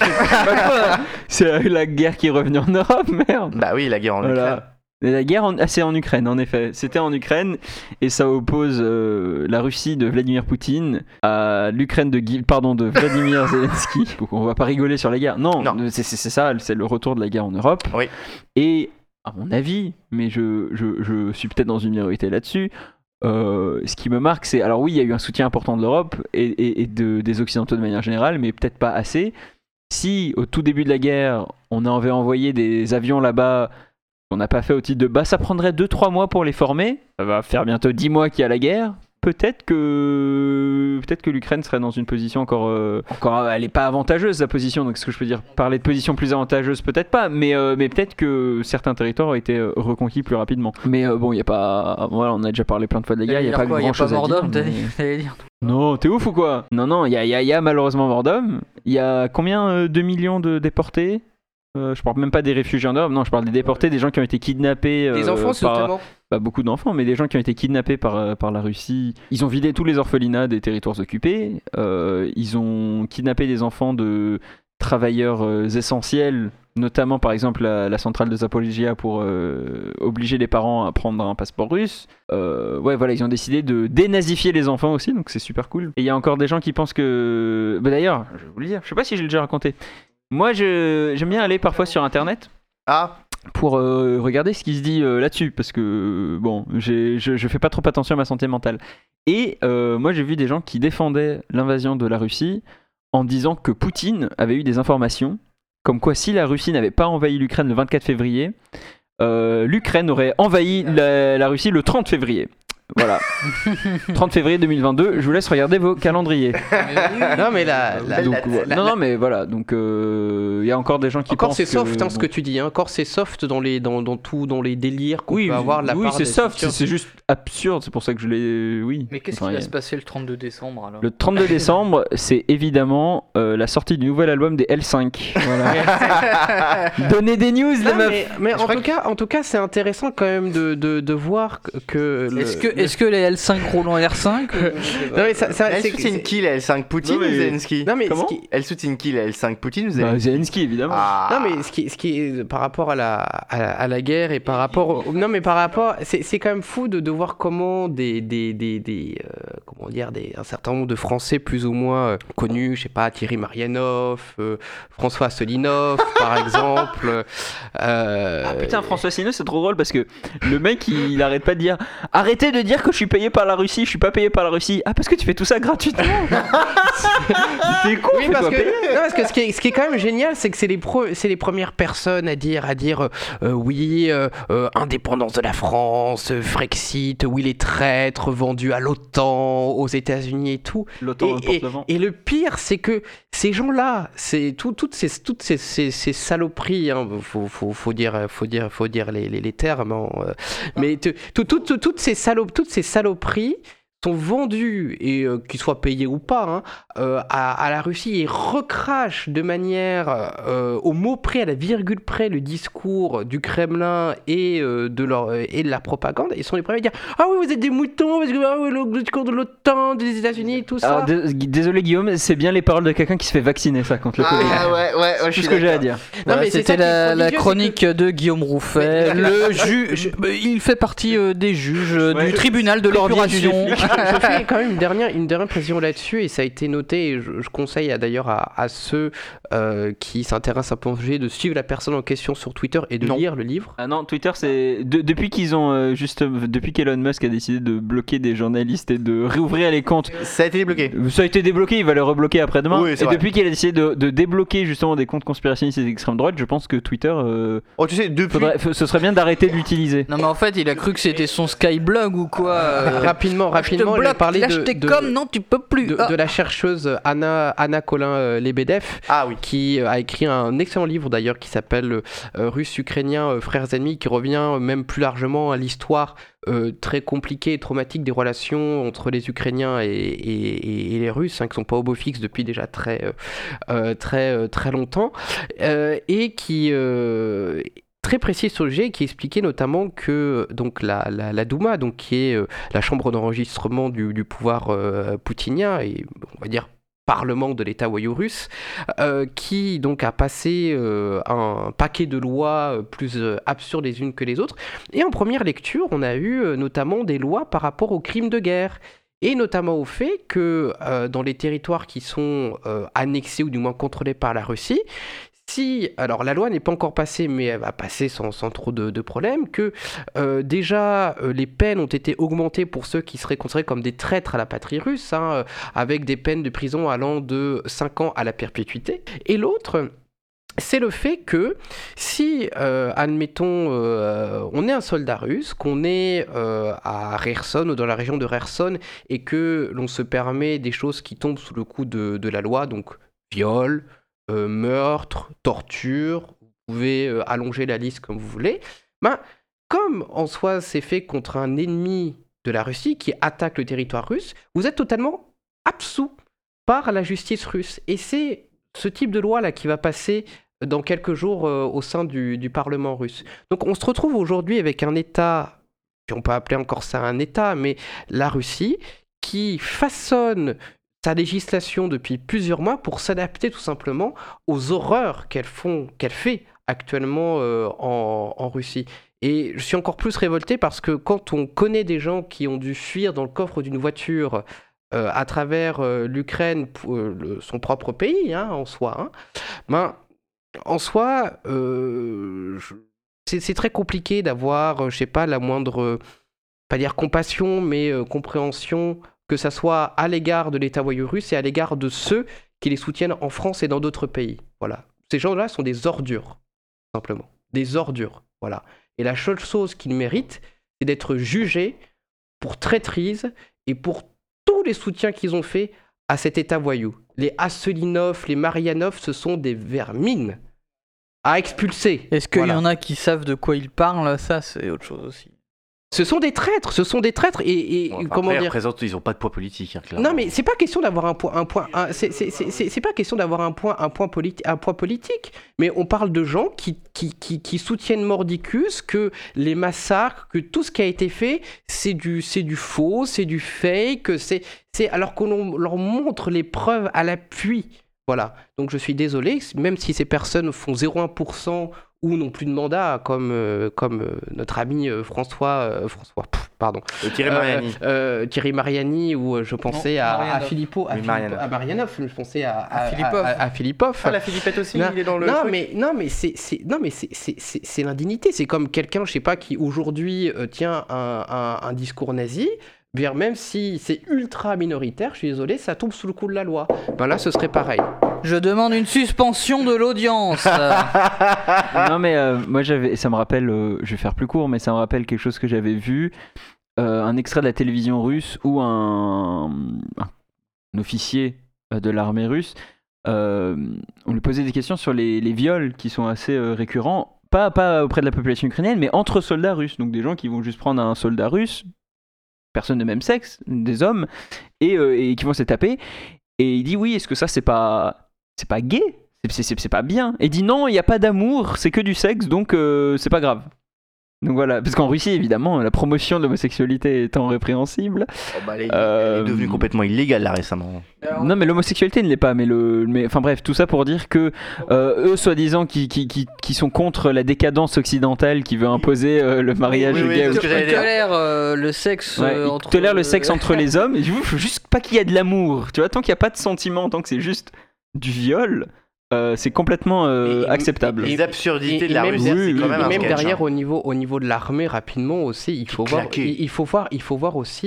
c'est la guerre qui est revenue en Europe, merde. Bah oui, la guerre en Ukraine. Et la guerre, c'est en Ukraine, en effet. C'était en Ukraine, et ça oppose la Russie de Vladimir Poutine à l'Ukraine de Vladimir Zelensky. Donc on va pas rigoler sur la guerre. Non. C'est ça, c'est le retour de la guerre en Europe. Oui. Et à mon avis, mais je suis peut-être dans une minorité là-dessus, ce qui me marque, c'est... Alors oui, il y a eu un soutien important de l'Europe et des Occidentaux de manière générale, mais peut-être pas assez. Si, au tout début de la guerre, on avait envoyé des avions là-bas... On n'a pas fait au titre de ça prendrait 2-3 mois pour les former. Ça va faire bientôt 10 mois qu'il y a la guerre. Peut-être que l'Ukraine serait dans une position encore elle est pas avantageuse, sa position. Donc, ce que je peux dire, parler de position plus avantageuse, peut-être pas, mais peut-être que certains territoires ont été reconquis plus rapidement. Mais bon, il y a pas, voilà, on a déjà parlé plein de fois de la guerre, il y a pas grand-chose à dire. T'allais dire. Non, t'es ouf ou quoi? Non, il y a malheureusement Mordom. Il y a combien 2 millions de déportés? Je parle même pas des réfugiés en Europe, non, je parle des déportés, des gens qui ont été kidnappés. Des enfants, notamment. Beaucoup d'enfants, mais des gens qui ont été kidnappés par la Russie. Ils ont vidé tous les orphelinats des territoires occupés. Ils ont kidnappé des enfants de travailleurs essentiels, notamment par exemple la centrale de Zaporizhia pour obliger les parents à prendre un passeport russe. Voilà, ils ont décidé de dénazifier les enfants aussi, donc c'est super cool. Et il y a encore des gens qui pensent que... d'ailleurs, je vais vous le dire, je sais pas si j'ai déjà raconté. Moi, j'aime bien aller parfois sur Internet pour regarder ce qui se dit là-dessus, parce que, bon, je fais pas trop attention à ma santé mentale. Et moi, j'ai vu des gens qui défendaient l'invasion de la Russie en disant que Poutine avait eu des informations, comme quoi si la Russie n'avait pas envahi l'Ukraine le 24 février, l'Ukraine aurait envahi la Russie le 30 février. Voilà. 30 février 2022, je vous laisse regarder vos calendriers. Non mais non mais voilà, donc il y a encore des gens qui encore pensent c'est soft ce que tu dis, hein. Encore c'est soft dans les délires qu'on peut avoir de la part c'est soft, c'est juste absurde, c'est pour ça que je l'ai Mais qu'est-ce qui va se passer le 32 décembre alors? Le 32 décembre, c'est évidemment la sortie du nouvel album des L5. Voilà. Donnez des news les meufs. Mais en tout cas, c'est intéressant quand même de voir que Est-ce que les L5 roulent en R5 Non mais elle soutient qui la L5 Poutine ou Zelensky? Non mais elle soutient qui la L5 Poutine ou Zelensky? Zelensky évidemment. Non mais ce qui est par rapport à la guerre et par rapport c'est quand même fou de voir comment un certain nombre de Français plus ou moins connus, je sais pas, Thierry Marianoff, François Asselineau par exemple. Putain, François Asselineau, c'est trop drôle parce que le mec il arrête pas de dire arrêtez de dire que je suis payé par la Russie, je suis pas payé par la Russie. Ah, parce que tu fais tout ça gratuitement. T'es con, oui, parce que ce qui est quand même génial, c'est que c'est les premières personnes à dire oui, indépendance de la France, Frexit, oui, les traîtres vendus à l'OTAN, aux États-Unis et tout. Et le pire, c'est que ces gens-là, c'est toutes ces saloperies, hein, faut dire les termes, hein, mais toutes ces saloperies sont vendues, et qu'ils soient payés ou pas, hein, à la Russie, et recrachent de manière au mot près, à la virgule près, le discours du Kremlin et de la propagande. Ils sont les premiers à dire ah oui, vous êtes des moutons parce que le discours de l'OTAN, des États-Unis, tout ça. Alors, désolé Guillaume, c'est bien les paroles de quelqu'un qui se fait vacciner, ça, contre le Covid. Ouais, c'est tout ce que j'ai à dire. Non, mais c'était la chronique de Guillaume Rouffet. Le juge, il fait partie des juges du tribunal de l'épuration. Je fais quand même une dernière précision là-dessus, et ça a été noté, et je conseille d'ailleurs à ceux qui s'intéressent un peu au sujet de suivre la personne en question sur Twitter et de lire le livre. Ah non, Twitter, c'est depuis qu'ils ont depuis qu'Elon Musk a décidé de bloquer des journalistes et de réouvrir les comptes. Ça a été débloqué. Ça a été débloqué, il va le rebloquer après-demain. Oui, et depuis qu'il a décidé de débloquer justement des comptes conspirationnistes et d'extrême droite, je pense que Twitter tu sais, ce serait bien d'arrêter de l'utiliser. Non mais en fait, il a cru que c'était son Skyblog ou quoi. Rapidement. Je rapidement, bloque, parler lâche tes coms, non, tu peux plus. de la chercheuse Anna Colin-Lebedev, qui a écrit un excellent livre d'ailleurs qui s'appelle Russes-Ukrainiens, frères ennemis, qui revient même plus largement à l'histoire très compliquée et traumatique des relations entre les Ukrainiens et les Russes, qui ne sont pas au beau fixe depuis déjà très longtemps, et qui très précis sur le sujet, qui expliquait notamment que donc la Douma, donc qui est la chambre d'enregistrement du pouvoir poutinien et on va dire parlement de l'État voyou russe, qui donc a passé un paquet de lois plus absurdes les unes que les autres. Et en première lecture, on a eu notamment des lois par rapport aux crimes de guerre. Et notamment au fait que dans les territoires qui sont annexés ou du moins contrôlés par la Russie, alors la loi n'est pas encore passée, mais elle va passer sans trop de problèmes, que déjà les peines ont été augmentées pour ceux qui seraient considérés comme des traîtres à la patrie russe, avec des peines de prison allant de 5 ans à la perpétuité. Et l'autre, c'est le fait que si, admettons, on est un soldat russe, qu'on est à Kherson ou dans la région de Kherson, et que l'on se permet des choses qui tombent sous le coup de la loi, donc viol, meurtre, torture, vous pouvez allonger la liste comme vous voulez, comme en soi c'est fait contre un ennemi de la Russie qui attaque le territoire russe, vous êtes totalement absous par la justice russe. Et c'est ce type de loi-là qui va passer dans quelques jours au sein du Parlement russe. Donc on se retrouve aujourd'hui avec un État, si on peut appeler encore ça un État, mais la Russie, qui façonne sa législation depuis plusieurs mois pour s'adapter tout simplement aux horreurs qu'elle fait actuellement en Russie. Et je suis encore plus révolté parce que quand on connaît des gens qui ont dû fuir dans le coffre d'une voiture à travers l'Ukraine, son propre pays en soi, en soi, c'est très compliqué d'avoir, je sais pas, la moindre, pas dire compassion, mais compréhension, que ça soit à l'égard de l'État voyou russe et à l'égard de ceux qui les soutiennent en France et dans d'autres pays. Voilà. Ces gens-là sont des ordures, simplement. Des ordures, voilà. Et la seule chose qu'ils méritent, c'est d'être jugés pour traîtrise et pour tous les soutiens qu'ils ont faits à cet État voyou. Les Asselinov, les Marianov, ce sont des vermines à expulser. Est-ce qu'il y en a qui savent de quoi ils parlent? Ça, c'est autre chose aussi. Ce sont des traîtres et comment dire, ils n'ont pas de poids politique. Clairement. Non, mais c'est pas question d'avoir c'est pas question d'avoir un poids politique. Mais on parle de gens qui soutiennent mordicus que les massacres, que tout ce qui a été fait, c'est du faux, c'est du fake, c'est alors qu'on leur montre les preuves à l'appui. Voilà. Donc je suis désolé, même si ces personnes font 0,1% ou n'ont plus de mandat, comme notre ami Thierry Mariani, ou je pensais à Filippo, à Marianov, je pensais à Filipov. Ah, la Philippette aussi, il est dans le c'est l'indignité. C'est comme quelqu'un, je sais pas, qui aujourd'hui tient un discours nazi. Même si c'est ultra minoritaire, je suis désolé, ça tombe sous le coup de la loi. Là, ce serait pareil. Je demande une suspension de l'audience. Non, mais moi, ça me rappelle, je vais faire plus court, mais ça me rappelle quelque chose que j'avais vu, un extrait de la télévision russe où un officier de l'armée russe, on lui posait des questions sur les viols qui sont assez récurrents, pas auprès de la population ukrainienne, mais entre soldats russes. Donc des gens qui vont juste prendre un soldat russe, personne de même sexe, des hommes, et qui vont se taper. Et il dit oui, est-ce que ça c'est pas gay, c'est pas bien. Et il dit non, il n'y a pas d'amour, c'est que du sexe, donc c'est pas grave. Donc voilà, parce qu'en Russie évidemment la promotion de l'homosexualité étant répréhensible. Elle est devenue complètement illégale là récemment. Non mais l'homosexualité ne l'est pas, mais enfin bref, tout ça pour dire que eux soi-disant qui sont contre la décadence occidentale qui veut imposer le mariage gay. Ils tolèrent le sexe entre... tolèrent le sexe entre les hommes, et il faut juste pas qu'il y ait de l'amour, tu vois, tant qu'il n'y a pas de sentiment, tant que c'est juste du viol, c'est complètement acceptable. Les absurdités de la Russie, c'est quand même un même sketch, derrière au niveau de l'armée rapidement aussi, il faut voir aussi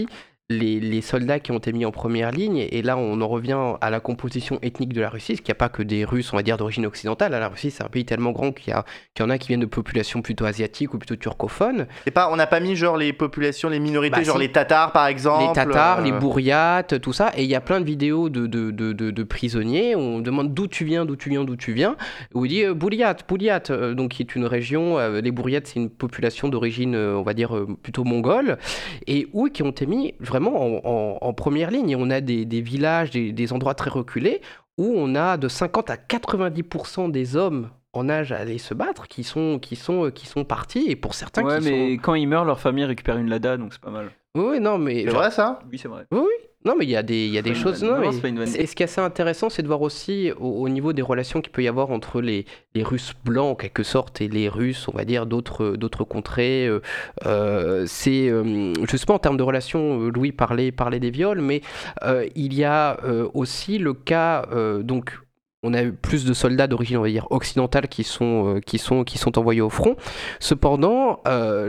les soldats qui ont été mis en première ligne, et là on en revient à la composition ethnique de la Russie, parce qu'il n'y a pas que des Russes, on va dire, d'origine occidentale. La Russie, c'est un pays tellement grand qu'il y en a qui viennent de populations plutôt asiatiques ou plutôt turcophones. On n'a pas mis genre les populations, les minorités, genre si. les Tatars par exemple. Les Tatars, les Bouriates, tout ça, et il y a plein de vidéos de prisonniers, où on demande d'où tu viens, où il dit Bouriat, donc qui est une région, les Bouriates c'est une population d'origine, on va dire, plutôt mongole, et qui ont été mis vraiment en première ligne. Et on a des villages, des endroits très reculés où on a de 50 à 90% des hommes en âge à aller se battre qui sont partis, et pour certains quand ils meurent, leur famille récupère une Lada, donc c'est pas mal. Oui, non, mais... C'est vrai ça ? Oui, c'est vrai. Oui. Non, mais il y a des choses... Et ce qui est assez intéressant, c'est de voir aussi au niveau des relations qu'il peut y avoir entre les Russes blancs, en quelque sorte, et les Russes, on va dire, d'autres contrées. C'est justement en termes de relations, Louis parlait des viols, mais il y a aussi le cas... donc, on a eu plus de soldats d'origine, on va dire, occidentale qui sont envoyés au front. Cependant,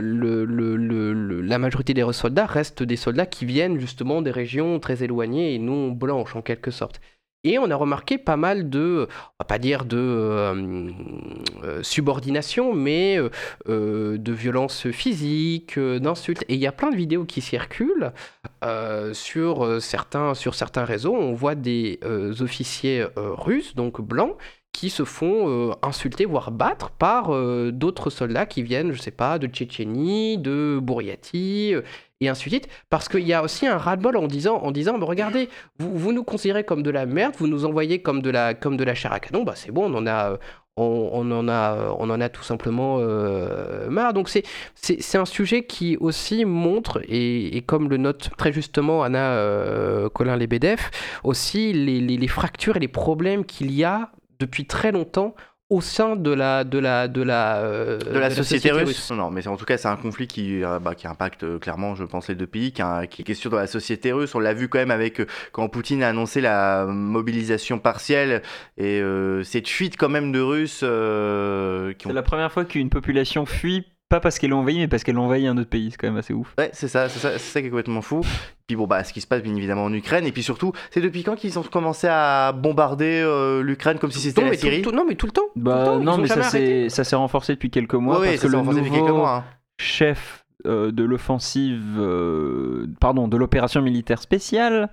la majorité des soldats restent des soldats qui viennent justement des régions très éloignées et non blanches en quelque sorte. Et on a remarqué pas mal de, on va pas dire de subordination, mais de violences physiques, d'insultes. Et il y a plein de vidéos qui circulent sur certains réseaux. On voit des officiers russes, donc blancs, qui se font insulter, voire battre par d'autres soldats qui viennent, je sais pas, de Tchétchénie, de Bouriatie, et ainsi de suite, parce qu'il y a aussi un ras-le-bol en disant mais regardez, vous nous considérez comme de la merde, vous nous envoyez comme de la chair à canon, bah c'est bon, on en a tout simplement marre. Donc c'est un sujet qui aussi montre, et comme le note très justement Anna Colin-Lebedev, aussi les fractures et les problèmes qu'il y a depuis très longtemps au sein de la société russe. Non, mais en tout cas, c'est un conflit qui impacte clairement, je pense, les deux pays, qui est question dans la société russe. On l'a vu quand même avec quand Poutine a annoncé la mobilisation partielle et cette fuite quand même de Russes. C'est la première fois qu'une population fuit, pas parce qu'elle envahit, mais parce qu'elle envahit un autre pays. C'est quand même assez ouf. Ouais, c'est ça qui est complètement fou. Puis ce qui se passe bien évidemment en Ukraine, et puis surtout, c'est depuis quand qu'ils ont commencé à bombarder l'Ukraine comme si c'était la Syrie ? Tout le temps. Non, mais ça s'est renforcé depuis quelques mois, parce que le nouveau chef de l'offensive, de l'opération militaire spéciale,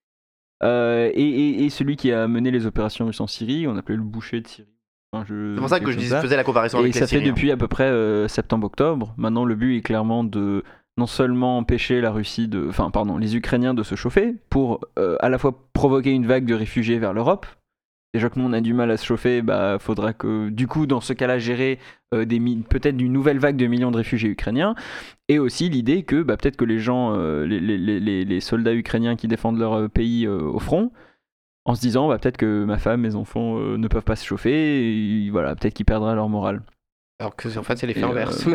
et celui qui a mené les opérations russes en Syrie, on appelait le boucher de Syrie. C'est pour ça que je faisais la comparaison avec la Syrie. Et ça fait depuis à peu près septembre-octobre. Maintenant, le but est clairement de non seulement empêcher les Ukrainiens de se chauffer, pour à la fois provoquer une vague de réfugiés vers l'Europe. Déjà que nous on a du mal à se chauffer, faudra que du coup dans ce cas-là gérer peut-être une nouvelle vague de millions de réfugiés ukrainiens, et aussi l'idée que peut-être que les gens, les soldats ukrainiens qui défendent leur pays au front, en se disant peut-être que ma femme, mes enfants ne peuvent pas se chauffer, et voilà, peut-être qu'ils perdraient leur morale. Alors que en fait c'est l'effet inverse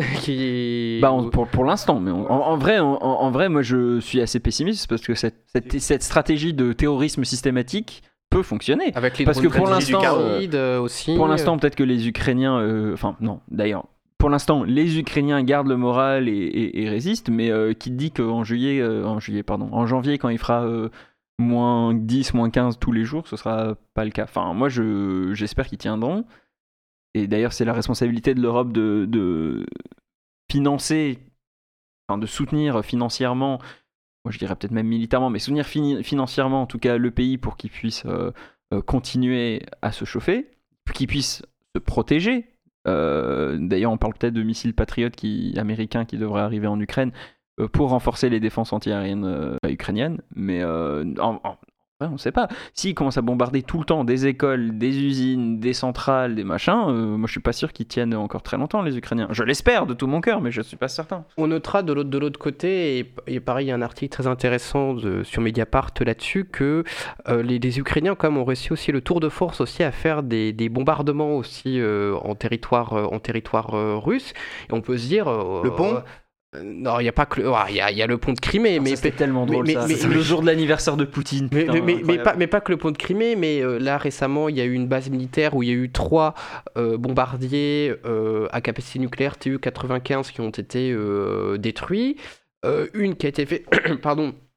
pour l'instant, mais en vrai moi je suis assez pessimiste, parce que cette stratégie de terrorisme systématique peut fonctionner, avec les parce que pour l'instant aussi, pour l'instant peut-être que les Ukrainiens pour l'instant les Ukrainiens gardent le moral et résistent, mais qui dit qu'en en janvier, quand il fera moins 10, moins 15 tous les jours, ce sera pas le cas. Enfin, moi j'espère qu'ils tiendront. Et d'ailleurs, c'est la responsabilité de l'Europe de financer, de soutenir financièrement, moi je dirais peut-être même militairement, mais soutenir financièrement en tout cas le pays pour qu'il puisse continuer à se chauffer, qu'il puisse se protéger. D'ailleurs, on parle peut-être de missiles Patriot américains qui devraient arriver en Ukraine pour renforcer les défenses antiaériennes ukrainiennes, mais on ne sait pas. S'ils commencent à bombarder tout le temps des écoles, des usines, des centrales, des machins, moi je suis pas sûr qu'ils tiennent encore très longtemps, les Ukrainiens. Je l'espère de tout mon cœur, mais je suis pas certain. On notera de l'autre côté, et pareil, il y a un article très intéressant sur Mediapart là-dessus, que les Ukrainiens quand même ont réussi aussi le tour de force aussi à faire des bombardements aussi en territoire russe. Et on peut se dire... le pont non, il n'y a pas que il y a le pont de Crimée, mais c'était tellement drôle ça. C'est le jour de l'anniversaire de Poutine. Mais pas que le pont de Crimée, mais là récemment il y a eu une base militaire où il y a eu 3 bombardiers à capacité nucléaire Tu-95 qui ont été détruits, une qui a été faite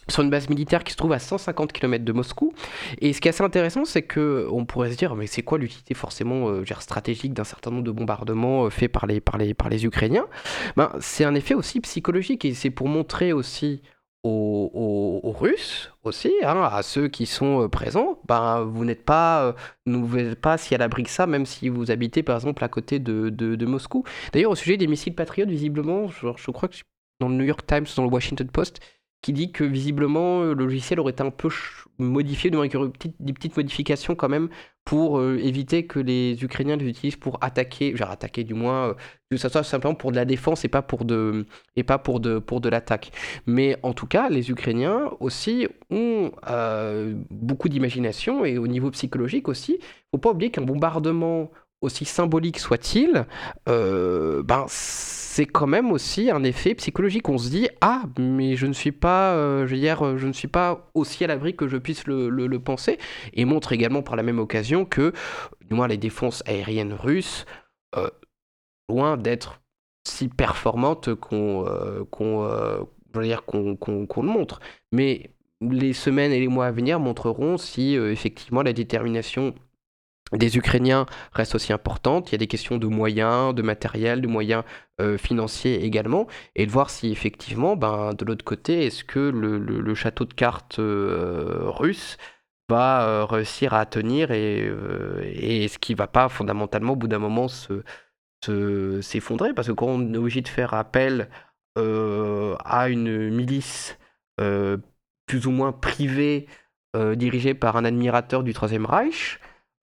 sur une base militaire qui se trouve à 150 km de Moscou. Et ce qui est assez intéressant, c'est qu'on pourrait se dire, mais c'est quoi l'utilité forcément stratégique d'un certain nombre de bombardements faits par les Ukrainiens ? C'est un effet aussi psychologique, et c'est pour montrer aussi aux Russes, aussi, à ceux qui sont présents, vous n'êtes pas si à l'abri que ça, même si vous habitez par exemple à côté de Moscou. D'ailleurs, au sujet des missiles Patriot, visiblement, je crois que dans le New York Times, dans le Washington Post, qui dit que visiblement le logiciel aurait été un peu modifié, donc avec des petites modifications quand même, pour éviter que les Ukrainiens les utilisent pour attaquer du moins, que ça soit simplement pour de la défense et pas pour de l'attaque. Mais en tout cas, les Ukrainiens aussi ont beaucoup d'imagination, et au niveau psychologique aussi, il ne faut pas oublier qu'un bombardement, aussi symbolique soit-il, c'est quand même aussi un effet psychologique. On se dit, mais je ne suis pas, je ne suis pas aussi à l'abri que je puisse le penser, et montre également par la même occasion que, du moins, les défenses aériennes russes, loin d'être si performantes qu'on le montre. Mais les semaines et les mois à venir montreront si effectivement la détermination des Ukrainiens reste aussi importante. Il y a des questions de moyens, de matériel, de moyens financiers également, et de voir si effectivement, de l'autre côté, est-ce que le château de cartes russe va réussir à tenir, et est-ce qu'il ne va pas fondamentalement au bout d'un moment s'effondrer, parce que quand on est obligé de faire appel à une milice plus ou moins privée, dirigée par un admirateur du Troisième Reich,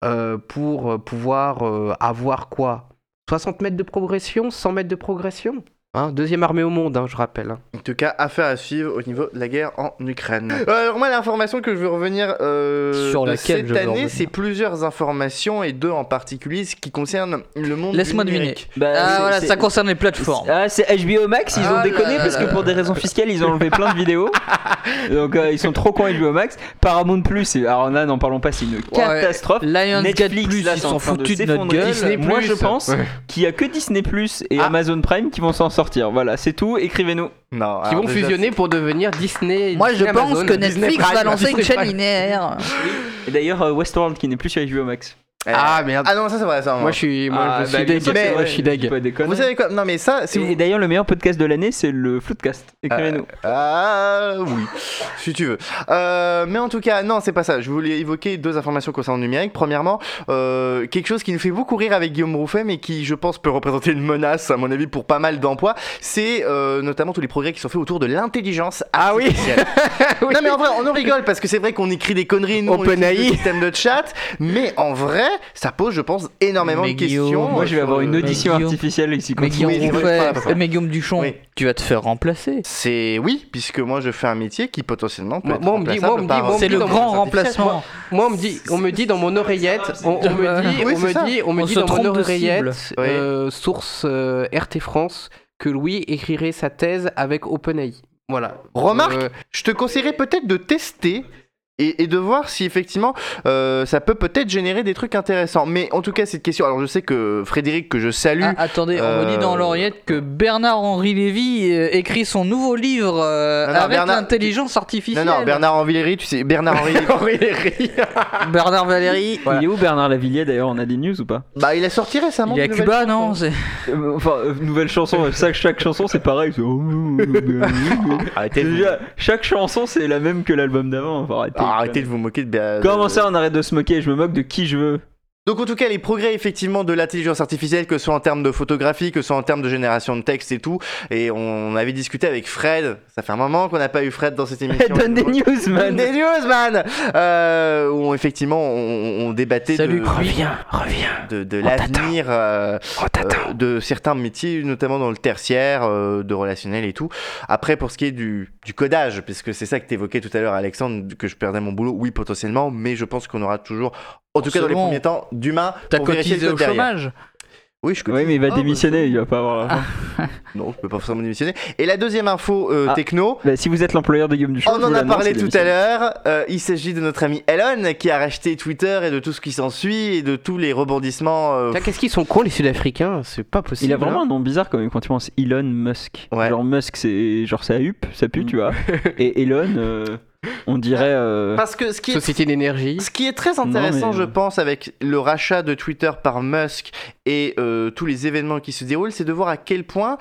pour pouvoir avoir quoi, 60 mètres de progression, 100 mètres de progression, deuxième armée au monde, je rappelle. En tout cas, affaire à suivre au niveau de la guerre en Ukraine. Alors moi, l'information que je veux revenir sur de laquelle cette année, c'est plusieurs informations, et deux en particulier, ce qui concerne le monde Laisse-moi numérique. Voilà, ça concerne les plateformes. C'est HBO Max, ils ont déconné parce que pour des raisons fiscales, ils ont enlevé plein de vidéos. Donc ils sont trop cons HBO Max. Paramount Plus, alors là, n'en parlons pas, c'est une catastrophe. Lionsgate Netflix, Plus, là, ils sont foutus de notre gueule. Disney+, moi, je pense qu'il y a que Disney Plus et Amazon Prime qui vont s'en sortir. Voilà, c'est tout. Écrivez-nous. Non, qui vont fusionner pour devenir Disney. Moi, je pense Amazon, que Netflix va lancer une chaîne linéaire. Et d'ailleurs, Westworld qui n'est plus sur HBO Max. Merde. Ah non, ça c'est vrai, ça. Moi je suis deg. Vous savez quoi? Non mais ça, et d'ailleurs, le meilleur podcast de l'année, c'est le Floodcast. Écrivez-nous. Oui, si tu veux. Mais en tout cas, non, c'est pas ça. Je voulais évoquer deux informations concernant le numérique. Premièrement, quelque chose qui nous fait beaucoup rire avec Guillaume Rouffet, mais qui, je pense, peut représenter une menace, à mon avis, pour pas mal d'emplois. C'est notamment tous les progrès qui sont faits autour de l'intelligence artificielle. Oui. Non mais en vrai, on en rigole parce que c'est vrai qu'on écrit des conneries, nous, on utilise le système de chat, mais en vrai, ça pose, je pense, énormément de questions. Moi, je vais avoir une audition artificielle ici. Mais Guillaume Duchon, tu vas te faire remplacer. Oui, puisque moi, je fais un métier qui potentiellement peut être remplaçable. C'est le grand remplacement. Moi, on me dit dans mon oreillette, on me dit dans mon oreillette, source RT France, que Louis écrirait sa thèse avec OpenAI. Voilà. Remarque, je te conseillerais peut-être de tester et de voir si effectivement ça peut peut-être générer des trucs intéressants. Mais en tout cas, cette question, alors je sais que Frédéric, que je salue... attendez, on me dit dans l'oreillette que Bernard-Henri Lévy écrit son nouveau livre avec l'intelligence artificielle. Non, Bernard-Henri Lévy, tu sais, Bernard-Henri Lévy. Bernard Valéry. Voilà. Il est où Bernard Lavillier d'ailleurs? On a des news ou pas? Il a sorti récemment. Il est à Cuba, non? Nouvelle chanson, chaque chanson c'est pareil. Arrêtez chaque chanson c'est la même que l'album d'avant. Arrêtez de vous moquer de... Comment ça on arrête de se moquer? Je me moque de qui je veux. Donc en tout cas, les progrès effectivement de l'intelligence artificielle, que ce soit en termes de photographie, que ce soit en termes de génération de texte et tout, et on avait discuté avec Fred, ça fait un moment qu'on n'a pas eu Fred dans cette émission. Donne des news, man. Des news, man. Où effectivement on débattait reviens. de l'avenir de certains métiers, notamment dans le tertiaire, de relationnel et tout. Après, pour ce qui est du codage, puisque c'est ça que tu évoquais tout à l'heure, Alexandre, que je perdais mon boulot, oui, potentiellement, mais je pense qu'on aura toujours, en tout cas dans les premiers temps, d'humains pour vérifier le code au chômage. Oui, je Oui, mais il va démissionner, il va pas avoir l'argent. Non, je peux pas forcément démissionner. Et la deuxième info techno. Bah, si vous êtes l'employeur de Guillaume Duchamp, On en a parlé tout à l'heure. Il s'agit de notre ami Elon qui a racheté Twitter et de tout ce qui s'ensuit et de tous les rebondissements. Qu'est-ce qu'ils sont cons les Sud-Africains, c'est pas possible. Il a vraiment un nom bizarre quand même quand tu penses Elon Musk. Ouais. Genre Musk, c'est genre ça huppe, ça pue, tu vois. Et Elon, on dirait. Parce que Société d'énergie. Ce qui est très intéressant, Non, mais- je pense, avec le rachat de Twitter par Musk et tous les événements qui se déroulent, c'est de voir à quel point,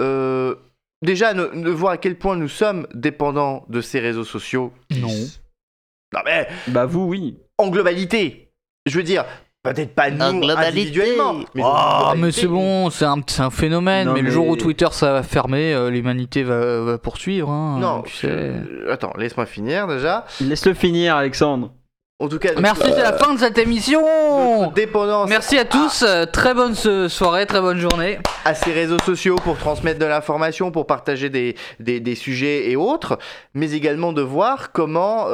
déjà, de voir à quel point nous sommes dépendants de ces réseaux sociaux. Non. Non mais, Bah vous, oui. en globalité, je veux dire, peut-être pas nous individuellement, mais Ah, mais c'est bon, c'est un phénomène. Non, mais le mais- jour où Twitter ça va fermer, l'humanité va poursuivre. Hein, Non, tu sais. attends, laisse-moi finir déjà. Laisse-le finir, Alexandre. En tout cas, Merci, c'est la fin de cette émission. notre dépendance Merci à tous, très bonne soirée, très bonne journée. à ces réseaux sociaux pour transmettre de l'information, pour partager des sujets et autres, mais également de voir comment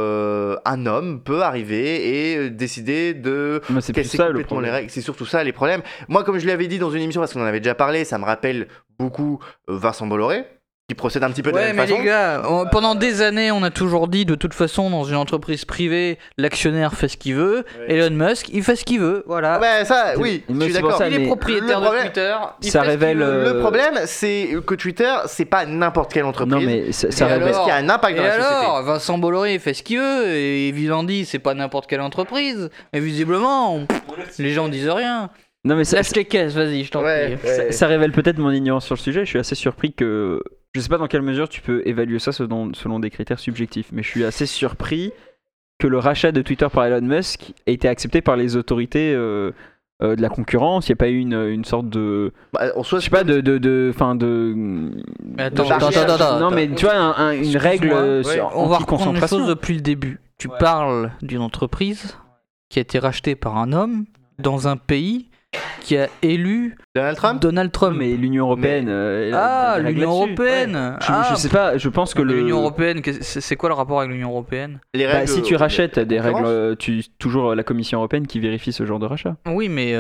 un homme peut arriver et décider de Mais c'est plus casser ça le complètement les problème. règles. C'est surtout ça les problèmes. Moi, comme je l'avais dit dans une émission, parce qu'on en avait déjà parlé, ça me rappelle beaucoup Vincent Bolloré, qui procède un petit peu de la Ouais, même mais façon. les gars, pendant des années, on a toujours dit de toute façon, dans une entreprise privée, l'actionnaire fait ce qu'il veut. Ouais. Elon Musk, il fait ce qu'il veut. Voilà. Ah bah, ça, oui, Mais je suis c'est pour d'accord. ça, il est mais propriétaire le problème- de Twitter. Il ça fait ce qu'il révèle, veut. Le problème, c'est que Twitter, c'est pas n'importe quelle entreprise. Non, mais ça C'est révèle. ce qui a un impact dans Et la société. alors, Vincent Bolloré il fait ce qu'il veut, et Vivendi, c'est pas n'importe quelle entreprise. Mais visiblement, les gens disent rien. Non, mais ça, Lâche les caisses, vas-y, je t'en Ouais, prie. ouais. ça révèle peut-être mon ignorance sur le sujet. Je suis assez surpris que. Je sais pas dans quelle mesure tu peux évaluer ça selon des critères subjectifs, mais je suis assez surpris que le rachat de Twitter par Elon Musk ait été accepté par les autorités de la concurrence. Il n'y a pas eu une sorte de. Bah, en soi, Je sais pas, enfin de. Mais attends, De attends, barrière. attends, attends. Non, mais tu vois, une Excuse-moi. règle Ouais. On va reprendre les anti-concentration. choses depuis le début. Tu parles d'une entreprise qui a été rachetée par un homme dans un pays qui a élu Donald Trump. Donald Trump. Mais l'Union Européenne. elle a des règles l'Union là-dessus. Européenne. Je sais pas, je pense que L'Union Européenne, c'est quoi le rapport avec l'Union Européenne? Les Bah, règles, si tu rachètes, t'as des concurrence. règles. Toujours la Commission européenne qui vérifie ce genre de rachat. Oui, mais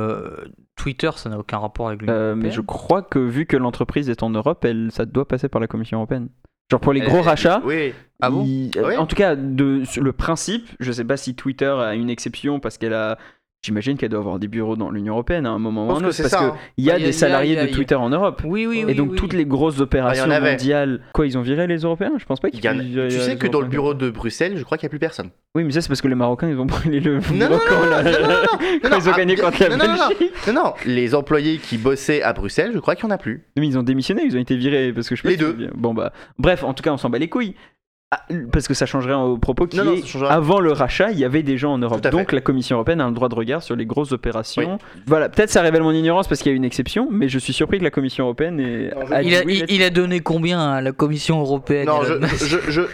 Twitter, ça n'a aucun rapport avec l'Union Européenne. Mais je crois que vu que l'entreprise est en Europe, ça doit passer par la Commission européenne. Genre pour les gros rachats. Oui. Ah bon Oui. En tout cas, sur le principe, je sais pas si Twitter a une exception parce qu'elle a. J'imagine qu'elle doit avoir des bureaux dans l'Union européenne à un moment ou Je à pense un que autre c'est parce ça, qu'il hein. y a Bah, des salariés de Twitter en Europe. Oui, oui, oui. Et donc oui. toutes les grosses opérations avait. mondiales. Quoi, ils ont viré les Européens? Je pense pas qu'ils Il y en a- puissent virer Tu les sais que dans le Européens. bureau de Bruxelles, je crois qu'il n'y a plus personne. Oui, mais ça c'est parce que les Marocains ils ont brûlé le Non, bureau quand quand ils ont gagné contre la Belgique. Non, les employés qui bossaient à Bruxelles, je crois qu'il n'y en a plus. Mais ils ont démissionné, ils ont été virés parce que je sais pas Les si deux. c'est bien. Bon bah, bref, en tout cas, on s'en bat les couilles. Ah, parce que ça changerait au propos qui Non, non, est ça changera. avant le rachat, il y avait des gens en Europe. Tout à fait. Donc la Commission européenne a un droit de regard sur les grosses opérations. Voilà, peut-être ça révèle mon ignorance parce qu'il y a une exception, mais je suis surpris que la Commission européenne ait. Il a donné combien à la Commission européenne? Non, Elon Musk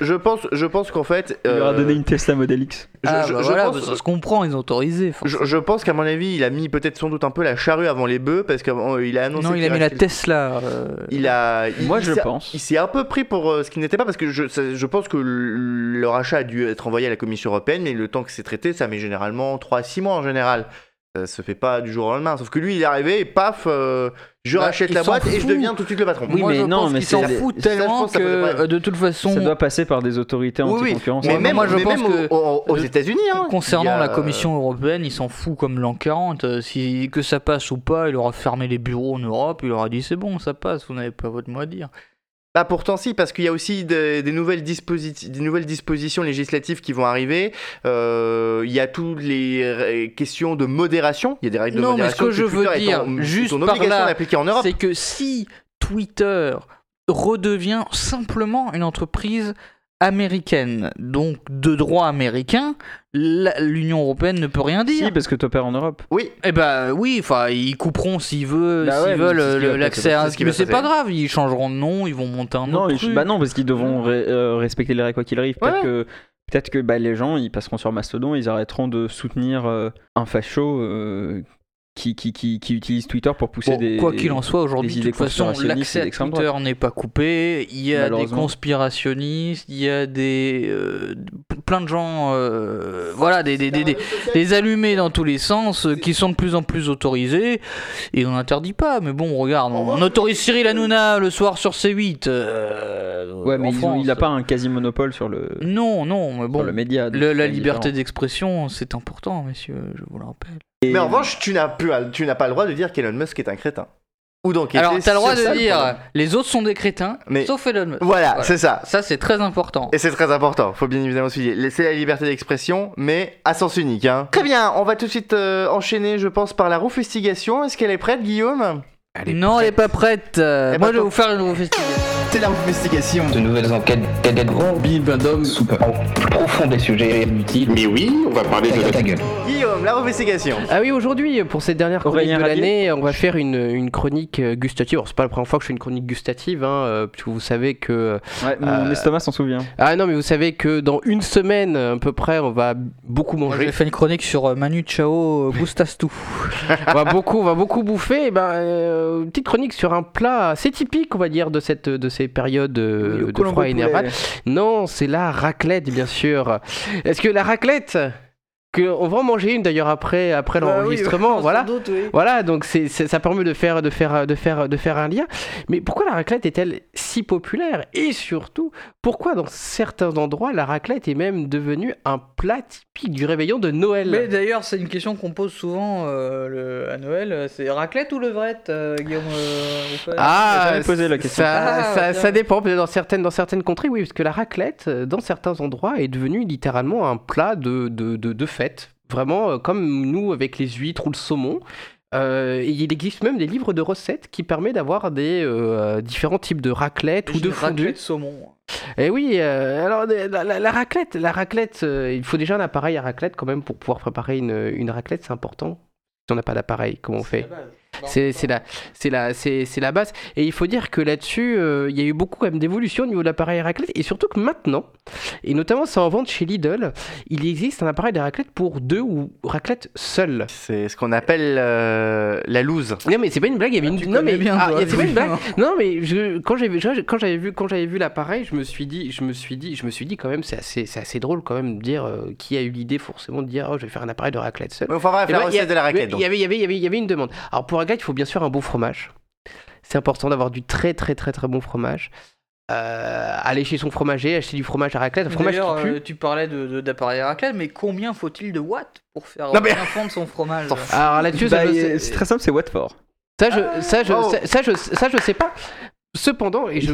je pense qu'en fait. Il leur a donné une Tesla Model X. Ah, je bah voilà, pense- bah ça se comprend, ils ont autorisé. forcément. Je pense qu'à mon avis, il a mis peut-être sans doute un peu la charrue avant les bœufs parce qu'il a annoncé. Non, il qu'il a mis la rachetait- Tesla. Moi, je s'est- pense. Il s'est un peu pris pour ce qui n'était pas parce que je pense que le rachat a dû être envoyé à la Commission européenne, mais le temps que c'est traité, ça met généralement 3 à 6 mois en général. Ça se fait pas du jour au lendemain. Sauf que lui, il est arrivé et paf, je Bah, rachète il la s'en boîte et je fout. deviens tout de suite le patron. Oui, Moi, mais je non, pense mais qu'il s'en c'est- fout ça, je tellement pense que ça pose que problème. de toute façon, Ça doit passer par des autorités Oui, oui. anti-concurrence. Mais Ouais, même, moi, je mais pense même que- aux États-Unis, hein, concernant il y a- la Commission européenne, il s'en fout comme l'an 40. Si que ça passe ou pas, il aura fermé les bureaux en Europe, il aura dit c'est bon, ça passe, vous n'avez pas votre mot à dire. Bah pourtant si, parce qu'il y a aussi des nouvelles dispositions législatives qui vont arriver. Il y a toutes les questions de modération. Il y a des règles de Non, mais ce modération que je veux Twitter est dire, en- juste est en par obligation là, d'appliquer en Europe. C'est que si Twitter redevient simplement une entreprise américaine, donc de droit américain, l'Union européenne ne peut rien dire. Si, parce que tu opères en Europe. Oui, Eh bah oui, enfin ils couperont s'ils veulent, Bah ouais, s'ils mais veulent c'est ce qui va l'accès à. c'est ce qui Mais va c'est se pas passer. grave, ils changeront de nom, ils vont monter un Non, autre truc. bah non, parce qu'ils devront respecter les règles quoi qu'il arrive. Peut-être que bah, les gens ils passeront sur Mastodon, ils arrêteront de soutenir un facho qui utilisent Twitter pour pousser des. Quoi qu'il en soit, aujourd'hui, de idées toute façon, conspirationnistes l'accès à d'extrême Twitter droite. n'est pas coupé. Il y a des conspirationnistes, il y a des plein de gens, voilà, des allumés dans tous les sens qui sont de plus en plus autorisés. Et on n'interdit pas. Mais bon, regarde, on autorise Cyril Hanouna le soir sur C8. Ouais, mais France, il n'a pas un quasi-monopole sur le. Non, mais bon. Sur le média. La liberté d'expression, c'est important, messieurs, je vous le rappelle. Mais en revanche, tu n'as pas le droit de dire qu'Elon Musk est un crétin. Ou d'enquêter. Alors, t'as le droit sur de ça, dire les autres sont des crétins, sauf Elon Musk. Voilà, c'est ça. Ça, c'est très important. Et c'est très important, faut bien évidemment se dire. C'est la liberté d'expression, mais à sens unique. Hein. Très bien, on va tout de suite enchaîner, je pense, par la roufustigation. Est-ce qu'elle est prête, Guillaume ? Non, elle est pas prête. Moi, je vais vous faire une roufustigation. C'est la roufustigation. De nouvelles enquêtes vont bim d'hommes sous profond des sujets inutiles. Mais oui, on va parler de ta gueule. Guillaume, la roufustigation. Ah oui, aujourd'hui, pour cette dernière chronique de l'année, on va faire une chronique gustative. Alors, c'est pas la première fois que je fais une chronique gustative, puisque vous savez que... Ouais, mon estomac s'en souvient. Ah non, mais vous savez que dans une semaine, à peu près, on va beaucoup manger. J'ai fait une chronique sur Manu Chao, Gustas tout. on va beaucoup bouffer. Une petite chronique sur un plat assez typique, on va dire, de ces périodes de froid énervant. Non, c'est la raclette, bien sûr. Est-ce que la raclette... on va en manger une d'ailleurs après l'enregistrement, voilà. Doute, oui. Voilà, donc ça permet de faire un lien. Mais pourquoi la raclette est-elle si populaire ? Et surtout, pourquoi dans certains endroits la raclette est même devenue un plat typique du réveillon de Noël ? Mais d'ailleurs, c'est une question qu'on pose souvent à Noël. C'est raclette ou levrette, Guillaume j'avais posé la question. Ça dépend. Peut-être dans certaines contrées, oui, parce que la raclette, dans certains endroits, est devenue littéralement un plat de fête. Vraiment comme nous avec les huîtres ou le saumon. Il existe même des livres de recettes qui permettent d'avoir des différents types de raclette ou de fondue. Raclette saumon. Et oui, alors la raclette, il faut déjà un appareil à raclette quand même pour pouvoir préparer une raclette, c'est important. Si on n'a pas d'appareil, comment on fait ? C'est la base. Et il faut dire que là-dessus, il y a eu beaucoup quand même d'évolution au niveau de l'appareil à raclette. Et surtout que maintenant, et notamment c'est en vente chez Lidl, il existe un appareil de raclette pour 2 ou raclette seule. C'est ce qu'on appelle la loose. Non mais c'est pas une blague, il y avait une... Non mais c'est pas une blague. Non mais quand j'avais vu l'appareil, je me suis dit quand même c'est assez drôle quand même de dire qui a eu l'idée forcément de dire je vais faire un appareil de raclette seule. Il faut faire la recette de la raclette. Il y avait une demande. Alors pour raclette, il faut bien sûr un bon fromage. C'est important d'avoir du très très très très bon fromage. Aller chez son fromager, acheter du fromage à raclette. Un fromage qui pue. Tu parlais d'appareil à raclette, mais combien faut-il de watts pour faire bien fondre son fromage ? Alors là-dessus, c'est très simple, c'est watt fort. Ça je sais pas. Cependant, et je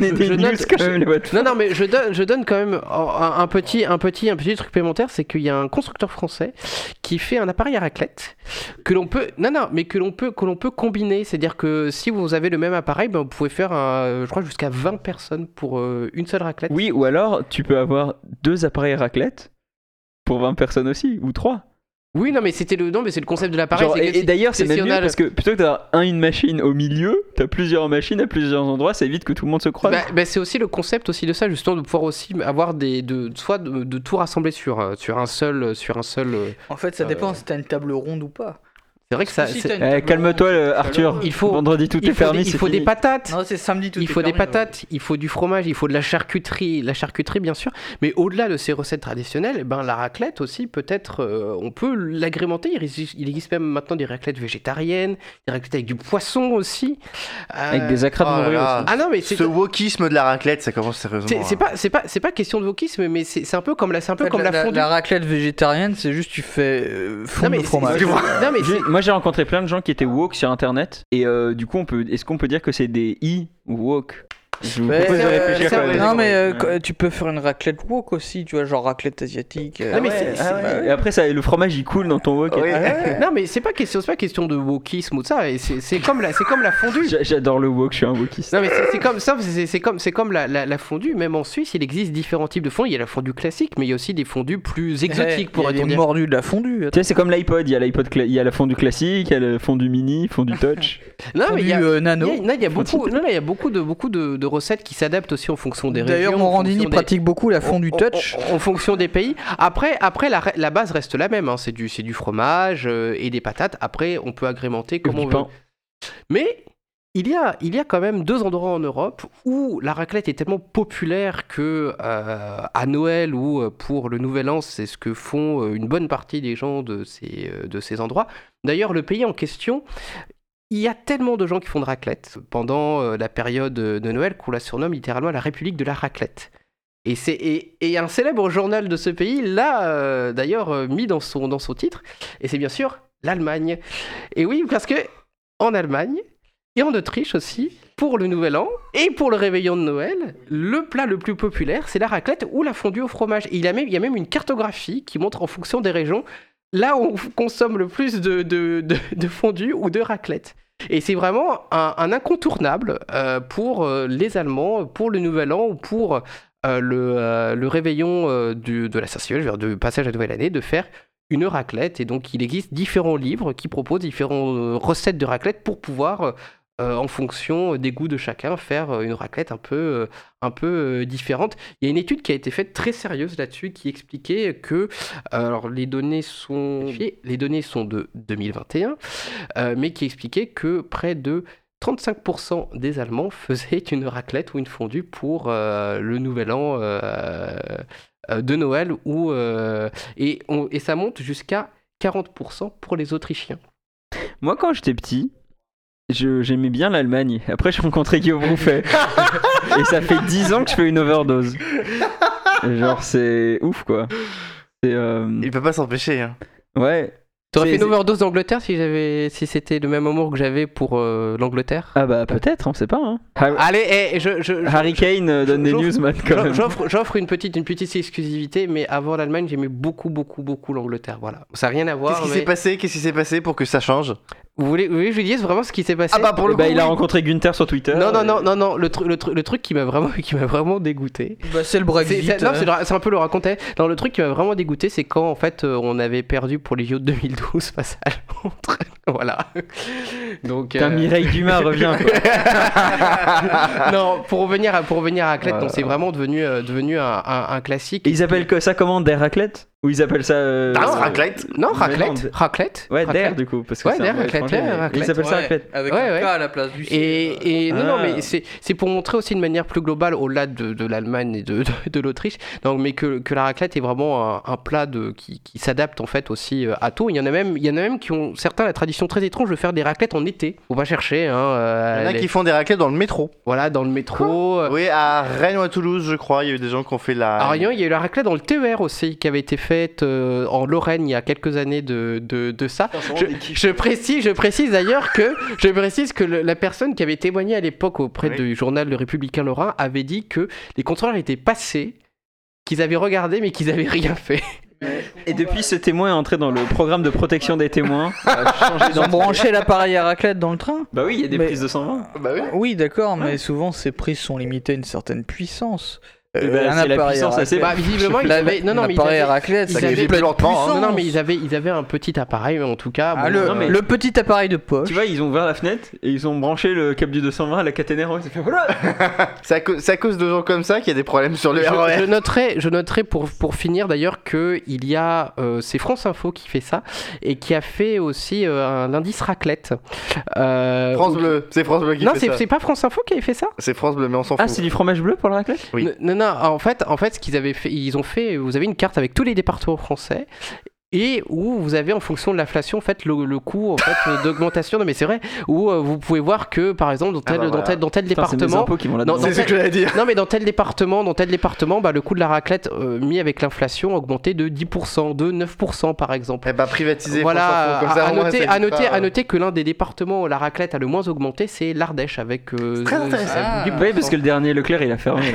donne quand même un petit truc supplémentaire, c'est qu'il y a un constructeur français qui fait un appareil à raclette que l'on peut combiner, c'est-à-dire que si vous avez le même appareil, vous pouvez faire je crois jusqu'à 20 personnes pour une seule raclette. Oui, ou alors tu peux avoir 2 appareils à raclette pour 20 personnes aussi, ou 3. Oui, mais c'est le concept de l'appareil. Et d'ailleurs, c'est même mieux parce que plutôt que d'avoir une machine au milieu, t'as plusieurs machines à plusieurs endroits, ça évite que tout le monde se croise. C'est aussi le concept aussi de ça, justement, de pouvoir aussi avoir de tout rassembler sur un seul. En fait, ça dépend si t'as une table ronde ou pas. C'est vrai que ça. Calme-toi, Arthur. Vendredi tout est fermé. Il faut des patates. Non, c'est samedi tout est fermé. Il faut des patates. Il faut du fromage. Il faut de la charcuterie. La charcuterie, bien sûr. Mais au-delà de ces recettes traditionnelles, la raclette aussi, peut-être, on peut l'agrémenter. Il existe même maintenant des raclettes végétariennes, des raclettes avec du poisson aussi. Avec des acras de morue aussi. Ah non, mais ce wokisme de la raclette, ça commence sérieusement. C'est pas question de wokisme, mais c'est un peu comme la fondue. La raclette végétarienne, c'est juste tu fais fondre le fromage. Moi j'ai rencontré plein de gens qui étaient woke sur internet et du coup est-ce qu'on peut dire que c'est des woke? Je vous propose de réfléchir. Non mais tu peux faire une raclette wok aussi, tu vois, genre raclette asiatique. Et après le fromage il coule dans ton wok. Non mais c'est pas question de wokisme ou de ça, c'est comme la fondue. J'adore le wok, je suis un wokiste. Non mais c'est comme ça, c'est comme la fondue. Même en Suisse, il existe différents types de fondue. Il y a la fondue classique, mais il y a aussi des fondues plus exotiques pour être mordu de la fondue. Tu sais, c'est comme l'iPod. Il y a la fondue classique, il y a la fondue mini, fondue touch. Non mais il y a nano. Il y a beaucoup de de recettes qui s'adaptent aussi en fonction des régions. D'ailleurs, Morandini pratique beaucoup la fondue touch. En fonction des pays. Après la base reste la même. Hein. C'est du fromage et des patates. Après, on peut agrémenter comme on veut. Mais il y a quand même 2 endroits en Europe où la raclette est tellement populaire que à Noël ou pour le Nouvel An, c'est ce que font une bonne partie des gens de ces endroits. D'ailleurs, le pays en question, il y a tellement de gens qui font de raclette pendant la période de Noël qu'on la surnomme littéralement la République de la raclette. Et un célèbre journal de ce pays l'a d'ailleurs mis dans son titre, et c'est bien sûr l'Allemagne. Et oui, parce que en Allemagne et en Autriche aussi, pour le Nouvel An et pour le réveillon de Noël, le plat le plus populaire, c'est la raclette ou la fondue au fromage. Et il y a même une cartographie qui montre en fonction des régions là où on consomme le plus de fondue ou de raclette. Et c'est vraiment un incontournable pour les Allemands, pour le Nouvel An ou pour le réveillon de la Saint-Sylvestre, du passage à la Nouvelle Année, de faire une raclette. Et donc il existe différents livres qui proposent différentes recettes de raclette pour pouvoir, en fonction des goûts de chacun, faire une raclette un peu différente. Il y a une étude qui a été faite très sérieuse là-dessus qui expliquait que, alors les données sont de 2021, mais qui expliquait que près de 35% des Allemands faisaient une raclette ou une fondue pour le Nouvel An de Noël, et ça monte jusqu'à 40% pour les Autrichiens. Moi, quand j'étais petit, j'aimais bien l'Allemagne. Après, j'ai rencontré Guillaume Rouffet. Et ça fait 10 ans que je fais une overdose. Genre, c'est ouf, quoi. Il peut pas s'empêcher. Hein. Ouais. T'aurais fait une overdose d'Angleterre si c'était le même amour que j'avais pour l'Angleterre? Ah bah peut-être, on sait pas. Hein. Allez, Harry Kane donne des news, man, quand même. J'offre une petite exclusivité, mais avant l'Allemagne, j'aimais beaucoup l'Angleterre. Voilà, ça n'a rien à voir. Qu'est-ce qui s'est passé pour que ça change? Vous voulez que je vous dise vraiment ce qui s'est passé? Ah bah pour le coup, il a rencontré Gunther sur Twitter. Non. Le truc qui m'a vraiment dégoûté. Bah c'est le Brexit. C'est un peu le raconter. Non, le truc qui m'a vraiment dégoûté, c'est quand en fait on avait perdu pour les JO de 2012 face à Londres. Voilà. Donc. Mireille Dumas revient. Quoi. Non, pour revenir à raclette, donc c'est vraiment devenu un classique. Et ils appellent ça comment, des raclettes? Ou ils appellent ça raclette? Non, raclette. Ouais, der du coup, parce que der, raclette. Ils appellent ça raclette. Avec un K à la place du C. Non, mais c'est pour montrer aussi de manière plus globale, au-delà de l'Allemagne et de l'Autriche, donc, mais que la raclette est vraiment un plat qui s'adapte en fait aussi à tout. Il y en a même qui ont certains la tradition très étrange de faire des raclettes en été. Faut pas chercher. Hein, il y en a qui font des raclettes dans le métro. Voilà, dans le métro. Oui, à Rennes ou à Toulouse, je crois, il y a eu des gens qui ont fait la. À Rion, il y a eu la raclette dans le TER aussi, qui avait été faite en Lorraine il y a quelques années de ça. Je précise d'ailleurs que la personne qui avait témoigné à l'époque auprès du journal Le Républicain Lorrain avait dit que les contrôleurs étaient passés, qu'ils avaient regardé mais qu'ils n'avaient rien fait. Et depuis, ce témoin est entré dans le programme de protection des témoins. Ils ont branché l'appareil à raclette dans le train? Bah oui, il y a des prises de 120. Bah oui. Oui, d'accord, mais souvent ces prises sont limitées à une certaine puissance. C'est la puissance assez. Visiblement, ils avaient. Non, mais l'appareil à raclette, ça avait plus lentement. Non, mais ils avaient un petit appareil, en tout cas. Le petit appareil de poche. Tu vois, ils ont ouvert la fenêtre et ils ont branché le câble du 220 à la caténaire. Ça fait voilà. C'est à cause de gens comme ça qu'il y a des problèmes sur le RER. Je noterai pour finir d'ailleurs qu'il y a. C'est France Info qui fait ça et qui a fait aussi un indice raclette. France Bleu, c'est France Bleu qui fait ça. Non, c'est pas France Info qui avait fait ça? C'est France Bleu, mais on s'en fout. Ah, c'est du fromage bleu pour la raclette? Oui. Non, en fait, ce qu'ils avaient fait, vous avez une carte avec tous les départements français. Et où vous avez en fonction de l'inflation en fait le coût en fait d'augmentation. Non mais c'est vrai, où vous pouvez voir que par exemple dans tel département, c'est ce que j'allais dire. Non mais dans tel département, bah, le coût de la raclette mis avec l'inflation a augmenté de 10%, de 9% par exemple. Eh bah privatiser. Voilà. À noter que l'un des départements où la raclette a le moins augmenté, c'est l'Ardèche avec. Très intéressant. Oui, parce que le dernier Leclerc il a fermé.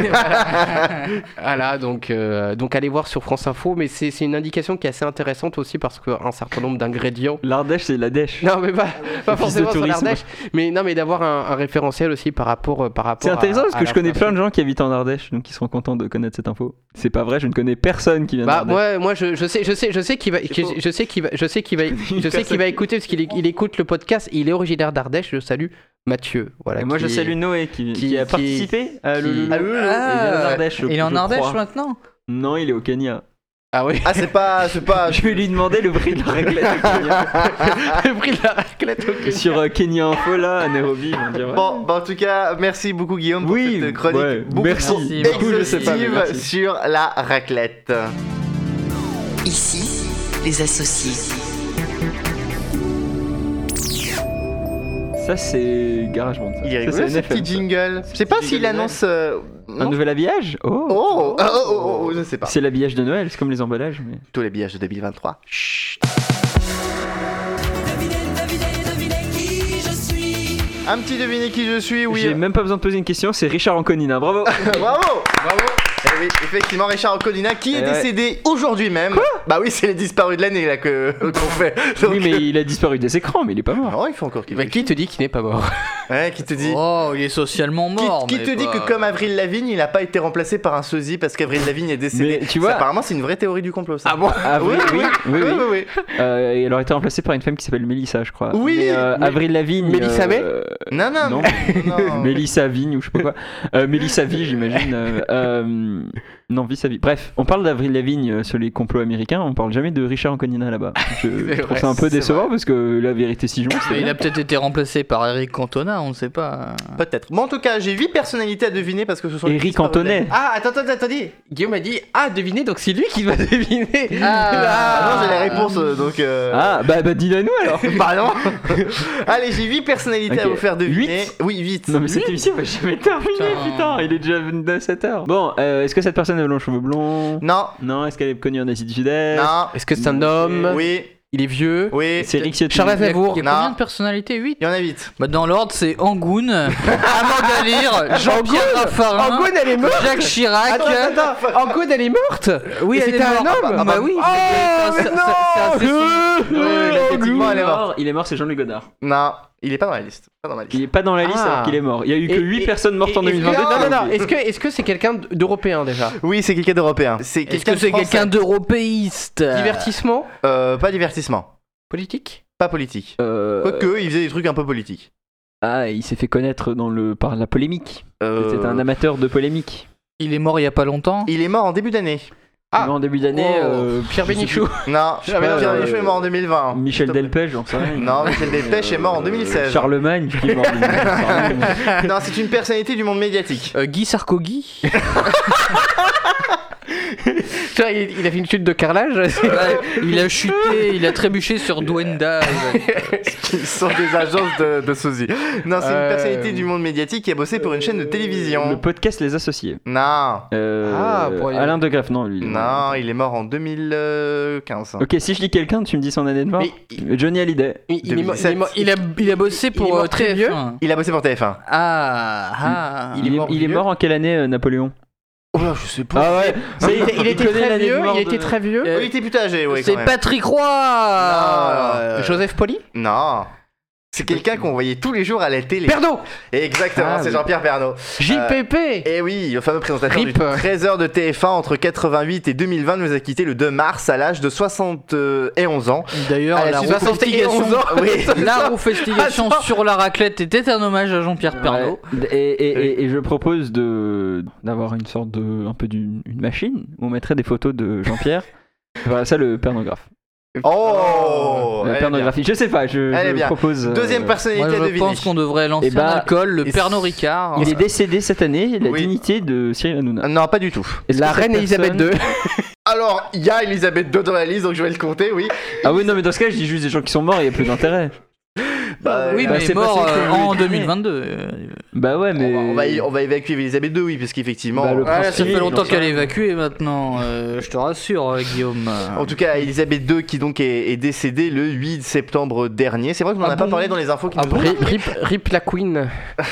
Voilà, donc allez voir sur France Info, mais c'est une indication qui est assez intéressante aussi parce qu'un certain nombre d'ingrédients. L'Ardèche, c'est la dèche. Non, mais pas forcément sur l'Ardèche, mais d'avoir un référentiel aussi par rapport. C'est intéressant parce que je connais plein de gens qui habitent en Ardèche, donc ils seront contents de connaître cette info. C'est pas vrai, je ne connais personne qui vient d'Ardèche. Moi, je sais qu'il va écouter parce qu'il écoute le podcast. Il est originaire d'Ardèche. Je le salue Mathieu. Voilà, Et moi, je qui- salue Noé qui a participé à Lulu. Ah, Il est en Ardèche. il est en je Ardèche crois. maintenant. Non, il est au Kenya. Ah oui. Ah, c'est pas. Je vais lui demander le prix de la raclette au Kenya. Le prix de la raclette au Kenya. Sur Kenya Info, là, à Nairobi. On dirait. Bon, bah, en tout cas, merci beaucoup Guillaume pour Oui, cette chronique ouais, beaucoup merci. trop Beaucoup, je sais pas, mais exhaustive merci. sur la raclette. Ici, les associés. Ça, c'est GarageBand. ça. Il est Ça, c'est rigolo ce NFM, petit ça. jingle. Je sais pas petit s'il jingle annonce. Un non. nouvel habillage. Oh, je sais pas. C'est l'habillage de Noël, c'est comme les emballages. Mais... Tous les billages de 2023. Chut. Un petit devinez qui je suis, oui. J'ai même pas besoin de poser une question, c'est Richard Anconina. Bravo. Bravo. Eh oui, effectivement, Richard Anconina qui est Eh ouais. décédé aujourd'hui même. Bah oui, c'est les disparus de l'année là qu'on fait. Donc, Oui, mais il a disparu des écrans, mais il est pas mort. non, il faut encore qu'il Bah, qui te dit qu'il n'est pas mort? Ouais, qui te dit Oh, il est socialement mort. Qui mais te dit pas- que comme Avril Lavigne, il a pas été remplacé par un sosie parce qu'Avril Lavigne est décédée. Mais tu vois- Ça, apparemment, c'est une vraie théorie du complot. Ça. Ah bon? Avril, oui. oui. Et elle aurait été remplacée par une femme qui s'appelle Mélissa, je crois. Oui, Mais, mais- Avril Lavigne. Mélissa May Non, non, Non. non. Mélissa Vigne ou je sais pas quoi. Mélissa Vie, j'imagine. Non, Vie sa vie. Bref, on parle d'Avril Lavigne sur les complots américains, on parle jamais de Richard Anconina là-bas. Je trouve ça un peu c'est décevant vrai. parce que la vérité si jonque. c'est Il bien. a peut-être été remplacé par Eric Cantona, on ne sait pas. Peut-être. Bon, en tout cas, j'ai 8 personnalités à deviner parce que ce sont les Éric disparus de l'année. Antonet. Ah, attendez. Guillaume a dit devinez, donc c'est lui qui va deviner. Ah, non, j'ai les réponses donc. Ah, bah dis-la nous alors. Bah non. Allez, j'ai 8 personnalités à Ok. vous faire deviner. 8? Oui, 8. Non mais cette émission va jamais terminer, putain, il est déjà venu à 7h. Bon, est-ce que cette personne a les cheveux blonds? Non. Non, est-ce qu'elle est connue en Asie du Sud-Est? Non. Est-ce que c'est un homme? Oui. Il est vieux? Oui. C'est Rick Ciotti. Charles Aznavour? Il y a Non. combien de personnalités? 8. Il y en a 8. Bah, dans l'ordre, c'est Angoun, Amanda Lear, Jean-Pierre Raffarin, Angoun, elle est morte? Jacques Chirac. Attends, Angoun, elle est morte? Oui, Et elle c'était est un morte. homme? Ah bah oui. Oh, c'est mais assez non. Effectivement, elle est morte. Il est mort, c'est Jean-Luc Godard. Non. Il est pas dans la liste. Pas dans ma liste. Il est pas dans la liste Ah. alors qu'il est mort. Il y a eu que 8 personnes mortes en Est-ce que- 2022. Non. Est-ce que c'est quelqu'un d'européen déjà? Oui, c'est quelqu'un d'européen. C'est Est-ce quelqu'un que c'est de français. quelqu'un d'européiste? Divertissement? Pas divertissement. Politique? Pas politique. Quoique, il faisait des trucs un peu politiques. Ah, il s'est fait connaître par la polémique. C'était un amateur de polémique. Il est mort il y a pas longtemps. Il est mort en début d'année. Ah. En début d'année, Pierre je sais Bénichou? Non, pas, Pierre Bénichou est mort en 2020. Michel S'il te plaît. Delpech, j'en sais rien. Non, Michel Delpech est mort en 2016. Charlemagne, qui est mort en 2016. Non, c'est une personnalité du monde médiatique. Guy Sarkozy. Tu vois, il a fait une chute de carrelage? Ouais, il a chuté, il a trébuché sur Douenda. Ils sont des agences de sosie. Non, c'est une personnalité du monde médiatique qui a bossé pour une chaîne de Le télévision. podcast Les Associés. Non. Alain de Greff, non, lui. Non, il est mort en 2015. Ok, si je dis quelqu'un, tu me dis son année de mort. Johnny Hallyday. Il a bossé pour Il est mort très vieux. TF1. Il a bossé pour TF1. Ah. Il est mort en quelle année, Napoléon? Oh, je sais pas. Ah ouais, ça, Il était connaît très l'année de vieux. mort Il était de- très vieux. Oui, il était plutôt âgé, oui. C'est quand même. Patrick Roy. Joseph Poli? Non. C'est quelqu'un qu'on voyait tous les jours à la télé. Pernaut. Exactement, Ah, c'est oui. Jean-Pierre Pernaut. JPP. Et oui, le fameux présentateur Rip. du 13h de TF1 entre 88 et 2020 nous a quitté le 2 mars à l'âge de 71 ans. D'ailleurs, À la la suite de rouffestigation, 71 ans. Oui. la rouffestigation Attends. sur la raclette était un hommage à Jean-Pierre Pernaut. Ouais. Et je propose d'avoir une sorte de un peu d'une une machine où on mettrait des photos de Jean-Pierre. Voilà ça le pernographe. Oh, La elle est pernographie. Je sais pas, Elle est je bien. propose. bien. Deuxième personnalité Moi, à je deviner. pense qu'on devrait lancer Eh ben, un alcool, le et Pernod Ricard. Il est décédé cette année, la Oui. dignité de Cyril Hanouna. Non, pas du tout. Est-ce La que cette reine Elisabeth personne- II. Alors, il y a Elisabeth II dans la liste, donc je vais le compter, oui. Ah oui, non, mais dans ce cas, je dis juste des gens qui sont morts, il n'y a plus d'intérêt. Oui, bah, mais c'est mort passé que en le 2022. Bah ouais, mais. On va évacuer Elisabeth II, oui, parce qu'effectivement. Bah, le Ouais, prince ça fait Philippe, longtemps donc, qu'elle est évacuée maintenant, je te rassure, Guillaume. En tout cas, Elisabeth II qui donc est décédée le 8 septembre dernier. C'est vrai qu'on n'en a pas parlé dans les infos qui nous ont... Rip la Queen.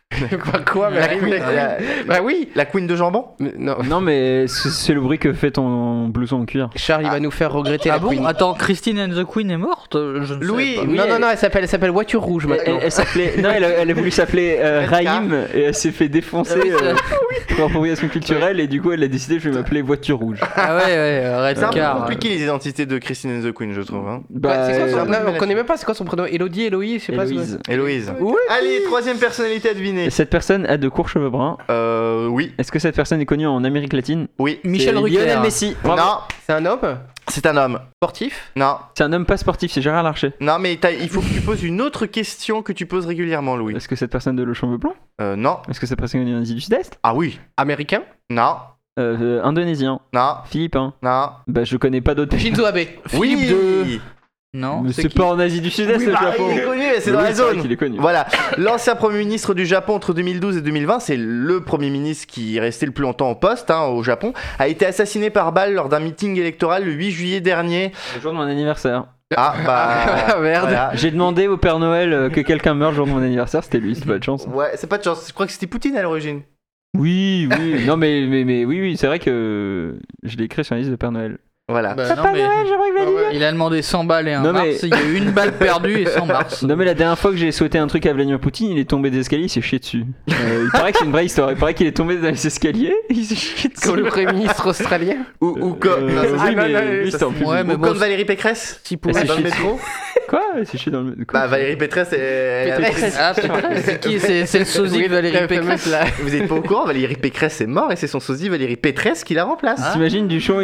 Quoi mais Bah oui. La queen de jambon. Non. Non, mais c'est le bruit que fait ton blouson en cuir. Charles, il va nous faire regretter la Ah bon Queen. Attends, Christine and the Queen est morte? Je ne Louis, sais pas. Non, elle s'appelle Voiture Rouge maintenant. Elle s'appelait. Non, elle a voulu s'appeler Raïm et elle s'est fait défoncer pour appropriation culturelle et du coup elle a décidé je vais m'appeler Voiture Rouge. Ah ouais, Red C'est un peu Car. compliqué les identités de Christine and the Queen, je trouve. Hein. Bah, C'est quoi son... un peu non, on mal connaît même pas c'est quoi son prénom. Élodie, Héloïse, je sais pas. Héloïse. Héloïse. Oui. Allez, troisième personnalité à deviner. Cette personne a de courts cheveux bruns. Oui. Est-ce que cette personne est connue en Amérique latine? Oui. Michel C'est Drucker. Lionel Messi. Bravo. Non, C'est un homme c'est un homme. sportif. Non, C'est un homme pas sportif, c'est Gérard Larcher. non, mais il faut que tu poses une autre question que tu poses régulièrement, Louis. Est-ce que cette personne a de cheveux blancs? Non. Est-ce que cette personne est en Asie du Sud-Est? Ah oui. Américain. Non. Indonésien. Non. Philippin. Non. Bah je connais pas d'autres. Shinzo Abe. Philippe oui. II. Non, Mais c'est c'est qui? pas en Asie du Sud-Est Oui, le bah, Japon. il est connu, c'est dans Oui, la c'est vrai zone. qu'il est connu. Voilà, l'ancien Premier ministre du Japon entre 2012 et 2020, c'est le Premier ministre qui est resté le plus longtemps en poste au Japon, a été assassiné par balle lors d'un meeting électoral le 8 juillet dernier. Le jour de mon anniversaire. Ah bah Merde. voilà. J'ai demandé au Père Noël que quelqu'un meure le jour de mon anniversaire, c'était lui, c'est pas de chance. Ouais, c'est pas de chance, je crois que c'était Poutine à l'origine. Oui, oui, non mais oui, c'est vrai que je l'ai écrit sur la liste de Père Noël. Voilà. Bah, non, mais il a demandé 100 balles et un Non, mais- mars. Il y a eu une balle perdue et 100 mars. Non mais la dernière fois que j'ai souhaité un truc à Vladimir Poutine, il est tombé des escaliers, il s'est chié dessus. Il paraît que c'est une vraie histoire, il paraît qu'il est tombé dans les escaliers, il s'est chié dessus. Comme le Premier ministre australien. Ou comme, non, ça, oui, c'est- mais non, lui, c'était en plus. Ouais, mais ou bon, comme Valérie Pécresse. si Elle pour s'est dans le chiée métro. Quoi? Il s'est chié dans le... Quoi Bah Valérie Pécresse, elle Ah, c'est qui? C'est le sosie de Valérie Pécresse. Vous êtes pas au courant, Valérie Pécresse est mort et c'est son sosie Valérie Pécresse qui la remplace. Ah. T'imagines Duchamp,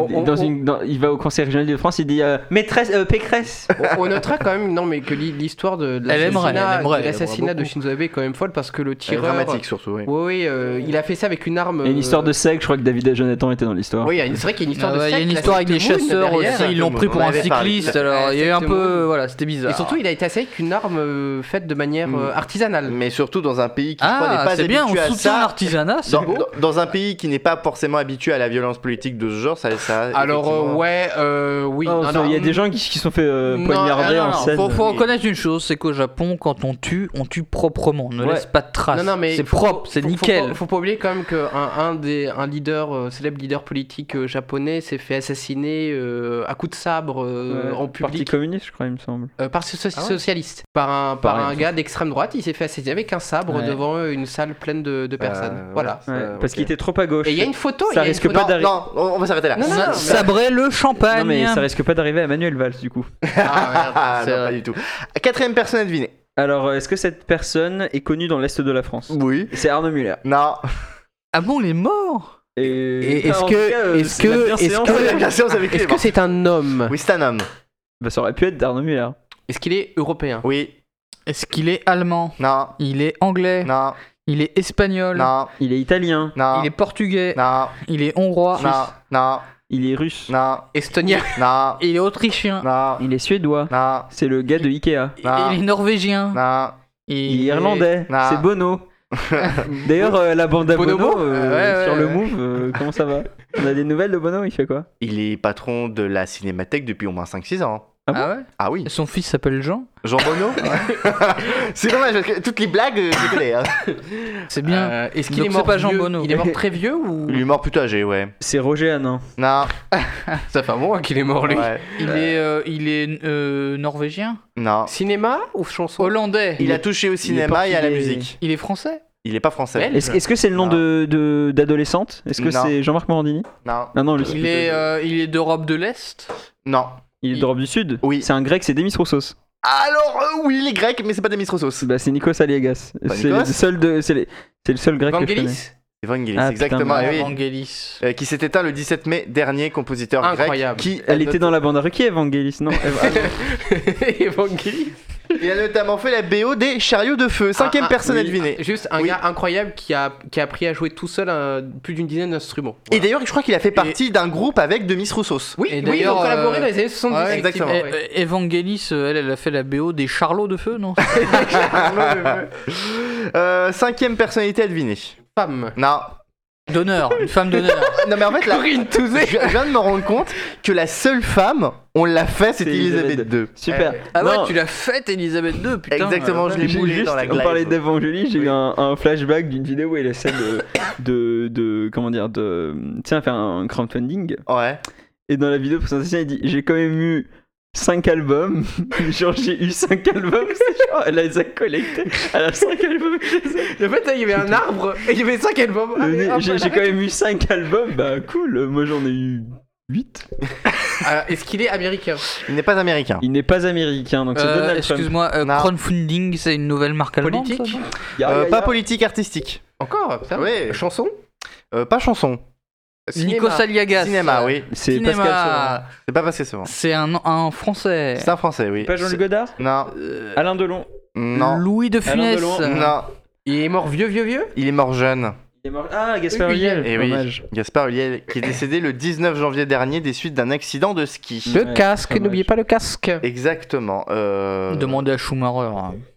il va au Conseil régional de France, il dit maîtresse Pécresse. On notera quand même non mais que l'histoire de Elle aimerait l'assassinat de beaucoup. Shinzo Abe est quand même folle parce que le C'est tireur. dramatique surtout, oui. Oui, il a fait ça avec une arme. Il y a une histoire de secte, je crois que David et Jonathan étaient dans l'histoire. Oui, c'est vrai qu'il y a une histoire Ah de ouais, il y a secte, une la histoire avec des secte Moon chasseurs derrière. aussi, ils l'ont pris pour On un avait parlé. cycliste, alors il y a eu un Secte peu. Moon. Voilà, c'était bizarre. Et surtout, il a été assassiné avec une arme faite de manière artisanale. Mais surtout dans un pays qui je crois, n'est Ah, pas c'est bien, on habitué à soutient ça. l'artisanat, c'est Dans, beau. dans un pays qui n'est pas forcément habitué à la violence politique de ce genre, ça Alors, effectivement- oui. Oh, non, il y a des gens qui se sont fait poignarder Ah, en non, scène. faut reconnaître une chose, c'est qu'au Japon, quand on tue proprement, on ne Ouais. laisse pas de traces. Non, mais c'est propre, c'est nickel. Faut pas oublier quand même qu'un leader, célèbre leader politique japonais s'est fait assassiner à coups de sabre en Parti public communiste, je crois, il me semble. par socialiste, par un Pareil. gars d'extrême droite. Il s'est fait assassiner avec un sabre Ouais. devant une salle pleine de personnes. Voilà. Ouais, parce qu'il était trop à gauche. Et il y a une photo. Ça il y a une risque photo- pas d'arriver. Non, on va s'arrêter là. Non, non, On a non, sabré le champagne. Non mais ça risque pas d'arriver à Manuel Valls du coup. Ah, C'est non, vrai. pas du tout. Quatrième personne à deviner. Alors est-ce que cette personne est connue dans l'est de la France? Oui. C'est Arnaud Muller. Non. Ah bon, il est mort? Et Enfin, en tout cas, c'est la bienséance. Oh, la bienséance avec Est-ce lui. que c'est un homme? Oui, c'est un homme. Bah, ça aurait pu être d'Arnaud Muller. Est-ce qu'il est européen? Oui. Est-ce qu'il est allemand? Non. Il est anglais? Non. Il est espagnol? Non. Il est italien. Non. Il est portugais? Non. Il est hongrois? Non. Non. Il est russe. Non. Estonien? Non. Il est autrichien? Non. Il est suédois. Non. C'est le gars de Ikea. Non. Il est norvégien? Non. Il est irlandais. Non. C'est Bono. D'ailleurs, la bande à Bono, Bonobo ouais, sur le ouais. Move, comment ça va? On a des nouvelles de Bono, il fait quoi? Il est patron de la Cinémathèque depuis au moins 5-6 ans. Ah bon Ah ouais? Ah oui. Et son fils s'appelle Jean? Jean Bono. C'est dommage parce que toutes les blagues, je connais. Hein. C'est bien. Est-ce qu'il Donc est c'est mort pas Jean vieux Bono. Il est mort très vieux ou? Il est mort plutôt âgé, ouais. C'est Roger Hanin. Non. Ça fait un moment qu'il est mort lui. Ouais. Il est norvégien? Non. Cinéma ou chanson? Hollandais? Il a touché au cinéma et à la portugais. musique. Il est français? Il est pas français. Elle Est-ce que c'est le nom Non. d'adolescente? Est-ce que Non. c'est Jean-Marc Morandini? Non. Ah non, lui, Il est d'Europe de l'Est? Non. il est d'Europe du Sud. Oui. C'est un grec, c'est Demis Roussos. Alors oui, les Grecs, mais c'est pas Demis Roussos. Bah, c'est Nikos Aliagas. Pas C'est Nikos le seul c'est le seul grec que je connais. Vangelis? Evangelis, Ah, exactement. putain, oui. Evangelis. Qui s'est éteint le 17 mai dernier, compositeur Incroyable. grec. Qui Elle était dans la bande à Ruquier, Evangelis, non? Evangelis? Il a notamment fait la BO des Chariots de Feu. Cinquième personne à oui. deviner. Juste un Oui. gars incroyable qui a appris à jouer tout seul plus d'une dizaine d'instruments. Et d'ailleurs, je crois qu'il a fait partie d'un groupe avec Demis Roussos. Oui, Et oui, ils d'ailleurs, ont collaboré dans les années 70. ouais, exactement. effectivement, ouais. Evangelis, elle a fait la BO des Charlots de Feu, non? Cinquième personnalité à deviner. Femme. Non. D'honneur, une femme d'honneur. Non mais en fait là, je viens de me rendre compte que la seule femme, on l'a fait, c'était Elisabeth II. Super. Ah ouais, Non. tu l'as faite Elisabeth II, putain. Exactement, je l'ai J'ai boulé juste- dans la on glace. parlait d'Evangélie, j'ai eu un flashback d'une vidéo où elle essaie de comment dire, de faire un crowdfunding. Ouais. Et dans la vidéo de présentation, il dit j'ai quand même eu 5 albums. Genre j'ai eu 5 albums. C'est genre, elle les a collectés. Elle a 5 albums. En fait, il y avait un arbre et il y avait 5 albums. Allez, hop, J'ai quand même eu 5 albums. Bah cool, moi j'en ai eu 8. Alors, est-ce qu'il est américain? Il n'est pas américain. Il n'est pas américain, donc c'est Donald Trump. Excuse-moi, Non. crowdfunding, c'est une nouvelle marque allemande. Politique? ça, Pas politique, artistique. Encore putain. Ouais. Chanson? Pas chanson. Nico Saliagas. Cinéma, oui. C'est Cinéma. Pascal Sevran. C'est pas passé souvent. C'est un français. C'est un français, oui. Pas Jean-Luc Godard? Non. Alain Delon. Non. Louis de Alain Funès. Delon. Non. Il est mort vieux? Il est mort jeune. Il est mort. Ah, Gaspard Oui, Ulliel. Et oui. Dommage. Gaspard Ulliel, qui est décédé le 19 janvier dernier des suites d'un accident de ski. Le Ouais, casque, dommage. n'oubliez pas le casque. Exactement. Demandez à Schumacher.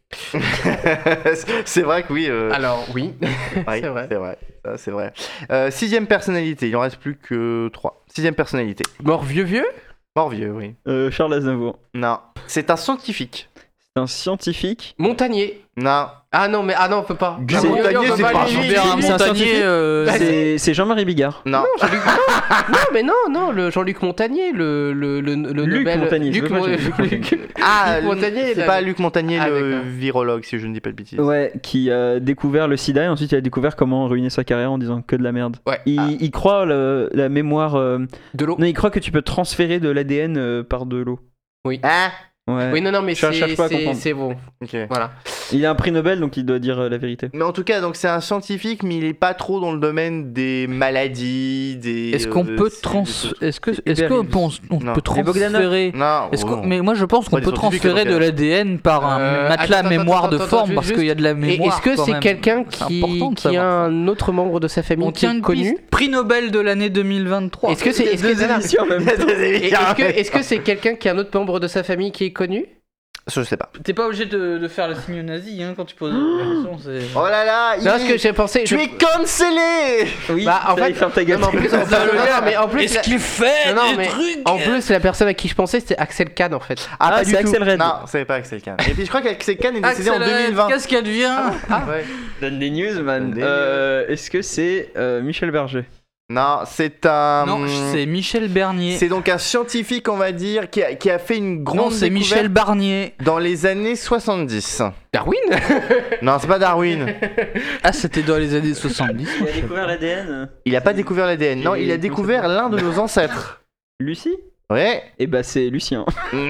C'est vrai que oui. Alors, oui. Oui, c'est vrai. C'est vrai. Ça, c'est vrai. Sixième personnalité. Il en reste plus que 3. Sixième personnalité. Mort vieux? Mort vieux, oui. Charles Aznavour. Non. C'est un scientifique. C'est un scientifique. Montagnier. Non. Ah non, on peut pas. Guy Ah, oui, Montagnier, on peut c'est pas lui- un Jean-Pierre c'est un Montagnier. scientifique C'est Jean-Marie Bigard. Non. Non, mais non, le Jean-Luc Montagnier, le Luc Nobel. Montagnier, je Luc veux pas dire Mo- Luc Montagnier. Ah, Luc Montagnier, c'est là. pas Luc Montagnier, Ah, le d'accord. virologue, si je ne dis pas de bêtises. Ouais, qui a découvert le sida et ensuite il a découvert comment ruiner sa carrière en disant que de la merde. Ouais. Il croit la mémoire. De l'eau. Non, il croit que tu peux transférer de l'ADN par de l'eau. Ah. Ouais. Oui, non, mais Cherche pas à comprendre. c'est bon. Ok. Voilà. Il a un prix Nobel donc il doit dire la vérité. Mais en tout cas, donc c'est un scientifique, mais il est pas trop dans le domaine des maladies, des. Est-ce qu'on peut est-ce qu'on Non. peut transférer Non. mais moi je pense qu'on Pas des peut scientifiques, transférer de donc, l'ADN par un matelas attends, mémoire de attends, forme attends, parce juste- qu'il y a de la Et mémoire. est-ce que quand c'est même. quelqu'un C'est important de qui a savoir ça. un autre membre de sa famille On qui tient est une connu? piste. Prix Nobel de l'année 2023. Est-ce que c'est Deux émissions en même temps. Et est-ce que c'est quelqu'un qui a un autre membre de sa famille qui est connu? Je sais pas. T'es pas obligé de faire le signe nazi quand tu poses une question. Oh là là, Non, parce que j'ai pensé. tu es cancellé. Oui, Bah, en ça, fait- il ferme ta gueule. Non, mais en plus, Est-ce qu'il fait Non, des mais trucs en plus, la personne à qui je pensais, c'était Axel Kahn en fait. Ah, pas c'est du tout. Axel Red. Non, c'est pas Axel Kahn. Et puis je crois qu'Axel Kahn est décédé en Axel, 2020. qu'est-ce qu'elle devient Ouais. Donne des news, man. Donne des Est-ce que c'est Michel Berger? Non, c'est un. Non, c'est Michel Bernier. C'est donc un scientifique, on va dire, qui a fait une grande Non, c'est Michel découverte Barnier. dans les années 70. Darwin? Non, c'est pas Darwin. Ah, c'était dans les années 70. Il a découvert l'ADN. Il a pas découvert l'ADN. Non, il a découvert l'un de nos ancêtres. Lucie? Ouais. Eh bah c'est Lucien.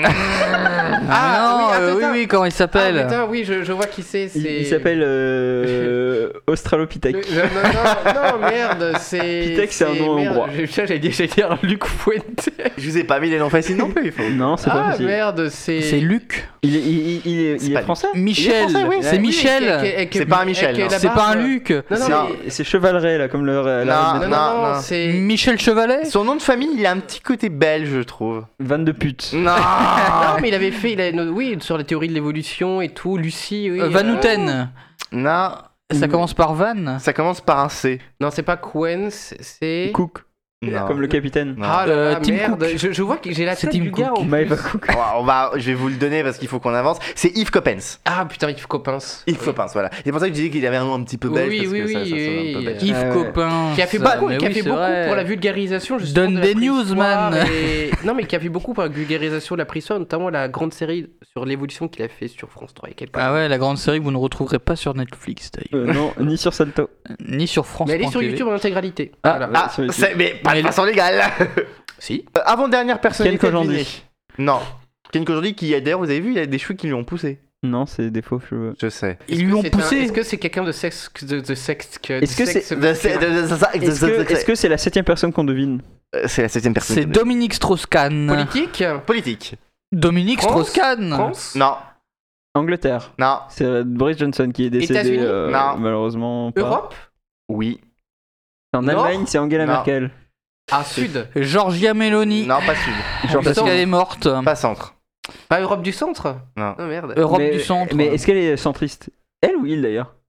Ah, oui, non, attends, oui, comment il Ah, s'appelle putain, oui, je vois qui c'est. Il s'appelle Australopithèque. Non, merde, c'est. Pithèque, c'est un nom merde, hongrois. J'allais dire Luc Fuente. Je vous ai pas mis les noms faciles non plus. Il faut. Non, c'est pas Ah, possible. merde, c'est. C'est Luc. Il C'est est pas français? Michel. français, oui. C'est Michel. C'est pas un Michel, non. C'est pas un Luc. Non, non, Non. mais- C'est Chevaleret là, comme le. Non, non, non. c'est. Michel Chevalet. Son nom de famille, il a un petit côté belge, je trouve. Van de pute. Non. Non, mais il avait fait, oui, sur les théories de l'évolution et tout, Lucie, oui. Van Houten. Non. Ça commence par Van. Ça commence par un C. Non, c'est pas Cohen, c'est. Cook, Non. comme le capitaine. Non. Ah là là, Tim merde, Cook. je vois que j'ai la C'est tête Tim du gars. Cook. en plus. Maëva Cook. Je vais vous le donner parce qu'il faut qu'on avance. C'est Yves Coppens. Ah putain, Yves Coppens. Yves Coppens, voilà. C'est pour ça que je disais qu'il avait un nom un petit peu belge. Oui, parce oui, que ça oui, sonne un peu oui. belge. Yves ouais. Coppens. Qui a fait Ça, beaucoup, mais qui a oui, fait c'est beaucoup vrai. pour la vulgarisation justement Donne de la des news, préhistoire man. Non mais qui a fait beaucoup pour la vulgarisation de la préhistoire, notamment la grande série sur l'évolution qu'il a fait sur France 3 il y a quelques Ah années. ouais, la grande série que vous ne retrouverez pas sur Netflix d'ailleurs. Non, ni sur Salto. Ni sur France. Mais elle est sur YouTube en intégralité. Ah, Voilà. Ah, sur YouTube. mais pas de façon légale. Si. Avant-dernière personnalité. Ken Kojandi. à deviner. Non. Ken Kojandi qui, d'ailleurs, vous avez vu, il a des cheveux qui lui ont poussé. Non, c'est des faux cheveux. Je sais. Ils lui ont poussé. Est-ce que c'est quelqu'un de sexe Est-ce que c'est- Est-ce que c'est la 7ème personne qu'on devine? C'est la 7ème personne. C'est Dominique Strauss-Kahn. politique? Politique. Dominique France Strauss-Kahn. France? Non. Angleterre. Non. C'est Boris Johnson qui est décédé. États-Unis Non. Malheureusement. Pas. Europe? Oui. En Nord Allemagne, c'est Angela Non. Merkel. Ah, Sud. Georgia Meloni. Non, pas sud. Genre Parce Centre. qu'elle est morte. Pas centre. Pas Europe du centre? Non. Oh merde. Europe mais, du centre. Mais est-ce qu'elle est centriste? Elle ou il d'ailleurs?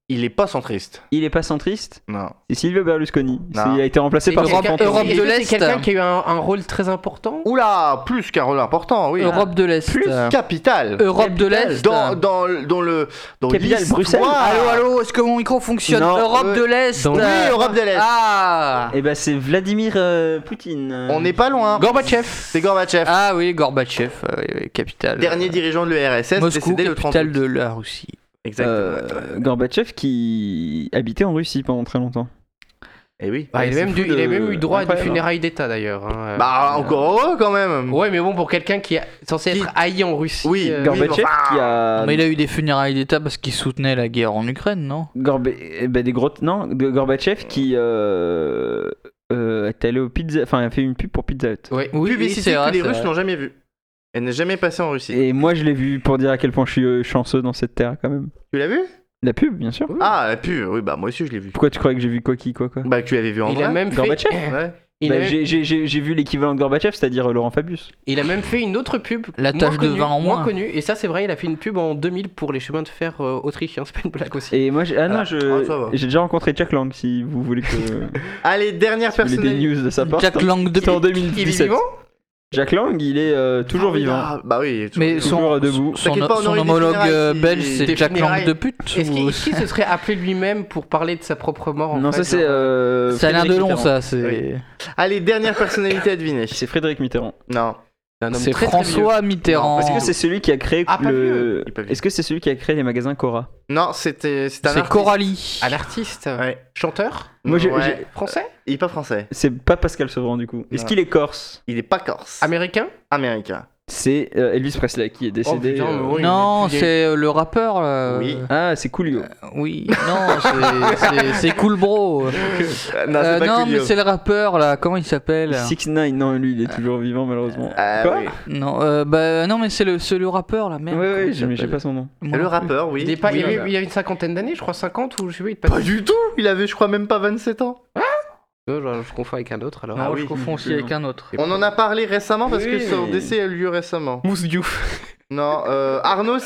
Il est pas centriste. Il est pas centriste. Non. C'est Silvio Berlusconi. Non. Il a été remplacé par Europe- son Europe de Est-ce que l'Est. c'est quelqu'un qui a eu un rôle très important. Oula, plus qu'un rôle important, oui. Europe de l'Est. Capital. Europe de l'Est. Dans Capitale, l'histoire. Bruxelles. Allô, est-ce que mon micro fonctionne? Non, Europe de l'Est. dans- Oui, Europe de l'Est. Ah. Et bah c'est Vladimir Poutine. On n'est pas loin. Gorbatchev. C'est Gorbatchev. Ah oui, Gorbatchev, oui, capitale. Dernier dirigeant de l'URSS, Moscou, décédé le 30 capitale août. de la Russie. Exactement. Gorbatchev qui habitait en Russie pendant très longtemps. Et oui. Il a c'est même fou il a même eu droit à des incroyable. funérailles d'État d'ailleurs. Hein. Bah, encore heureux quand même. Ouais, mais bon, pour quelqu'un qui est censé Qui- être haï en Russie. Oui, Gorbatchev enfin, qui a. Mais il a eu des funérailles d'État parce qu'il soutenait la guerre en Ukraine, non? Des gros. Non, de Gorbatchev qui est allé au Pizza. Enfin, il a fait une pub pour Pizza Hut. Ouais. Oui, publicité c'est vrai, que les c'est Russes vrai. n'ont jamais vue. Elle n'est jamais passée en Russie. Et moi, je l'ai vu pour dire à quel point je suis chanceux dans cette terre, quand même. Tu l'as vu? La pub, bien sûr. Ah, la pub. Oui, bah moi aussi je l'ai vu. Pourquoi tu croyais que j'ai vu quoi? Bah que tu l'avais vu en Il vrai. a même fait. Gorbatchev Ouais. Il, Bah, a même... j'ai vu l'équivalent de Gorbatchev, c'est-à-dire Laurent Fabius. il a même fait une autre pub. La moins tache de connue, vin en moins. connue. Et ça, c'est vrai, il a fait une pub en 2000 pour les chemins de fer autrichiens. C'est pas une blague aussi. Et moi, j'ai Ah, ça va. j'ai déjà rencontré Jack Lang, si vous voulez que. Allez, dernière si vous voulez des personnalité. news de sa part. Jack Lang C'était en depuis. 2017. Il est vivant? Jack Lang, il est toujours vivant. Ah, bah oui. il est toujours Mais vivant. Toujours debout. T'inquiète pas, on son aurait des homologue funérailles belge, qui- c'est des Jack Lang funérailles. de pute. Est-ce ou- qu'il se serait appelé lui-même pour parler de sa propre mort en Non, fait, ça c'est. genre, Ça a l'air de Frédéric long, Mitterrand. ça. C'est Allez, dernière personnalité à deviner. C'est Frédéric Mitterrand. Non. un homme c'est très, très vieux. François Mitterrand. Est-ce que c'est celui qui a créé Ah, pas le. Il est pas vieux. Est-ce que c'est celui qui a créé les magasins Cora? Non, c'est un C'est artiste. Coralie. Un artiste. Ouais. Chanteur. Moi, Ouais. Français. Il est pas français. C'est pas Pascal Sevran du coup. Est-ce Non. qu'il est corse? Il est pas corse. Américain. Américain. C'est Elvis Presley qui est décédé. putain, mais oui. Non, il est- c'est le rappeur. Là. Oui. Ah, c'est Coolio. Oui. Non, c'est Cool Bro. Non, c'est pas Non, Coolio. mais c'est le rappeur là. Comment il s'appelle? 6ix9ine, non, lui il est toujours vivant malheureusement. Ah, Quoi? oui. Non, bah non, mais c'est le rappeur là. Merde. Ouais, comment ouais, il j'ai s'appelle pas son nom. Moi C'est le non plus. rappeur, oui. Il est pas. Oui, il avait une cinquantaine d'années, je crois 50 ou je sais pas. Il est Pas du tout. Il avait, je crois, même pas 27 ans. Je confonds avec un autre alors. Non, oui. je confonds aussi avec un autre. On en a parlé récemment parce que Oui. son décès a eu lieu récemment. Mousse Diouf. Non, Arnaud,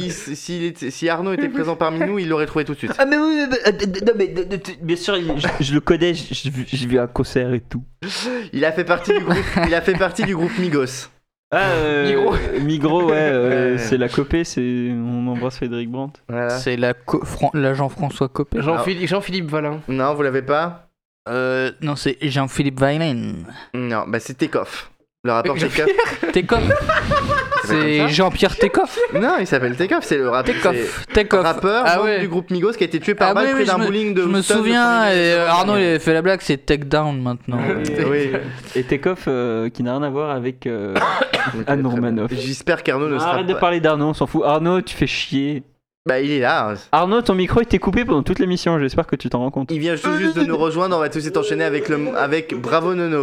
si Arnaud était présent parmi nous, il l'aurait trouvé tout de suite. Ah, mais oui, non, mais bien sûr, je le connais, j'ai vu un concert et tout. Il a fait partie du groupe Migos. Ah, Migros. Migros, ouais, Ouais. c'est la copée, on embrasse Frédéric Brandt. Voilà. C'est l'agent François Copé. Jean-Philippe Valin. Non, vous l'avez pas? Non, c'est Jean-Philippe Weilen. Non, bah c'est Tekoff. Le rappeur Jean-Pierre Tekoff. Tekoff. C'est Jean-Pierre Tekoff. Non, il s'appelle Tekoff, c'est le rappeur. Tekoff. Rappeur Ah membre ouais. du groupe Migos qui a été tué par Ah balle oui, près oui, d'un je me- bowling de Je me Houston souviens, le 1er et décembre Arnaud il dernier. avait fait la blague, c'est Take Down maintenant. Oui. Et Tekoff, qui n'a rien à voir avec Anne Romanoff. J'espère qu'Arnaud ne sera Arrête de pas. parler d'Arnaud, on s'en fout. Arnaud, tu fais chier. Bah, il est là. Arnaud, ton micro était coupé pendant toute l'émission, j'espère que tu t'en rends compte. Il vient tout juste de nous rejoindre. On va tout de suite enchaîner avec Bravo Nono.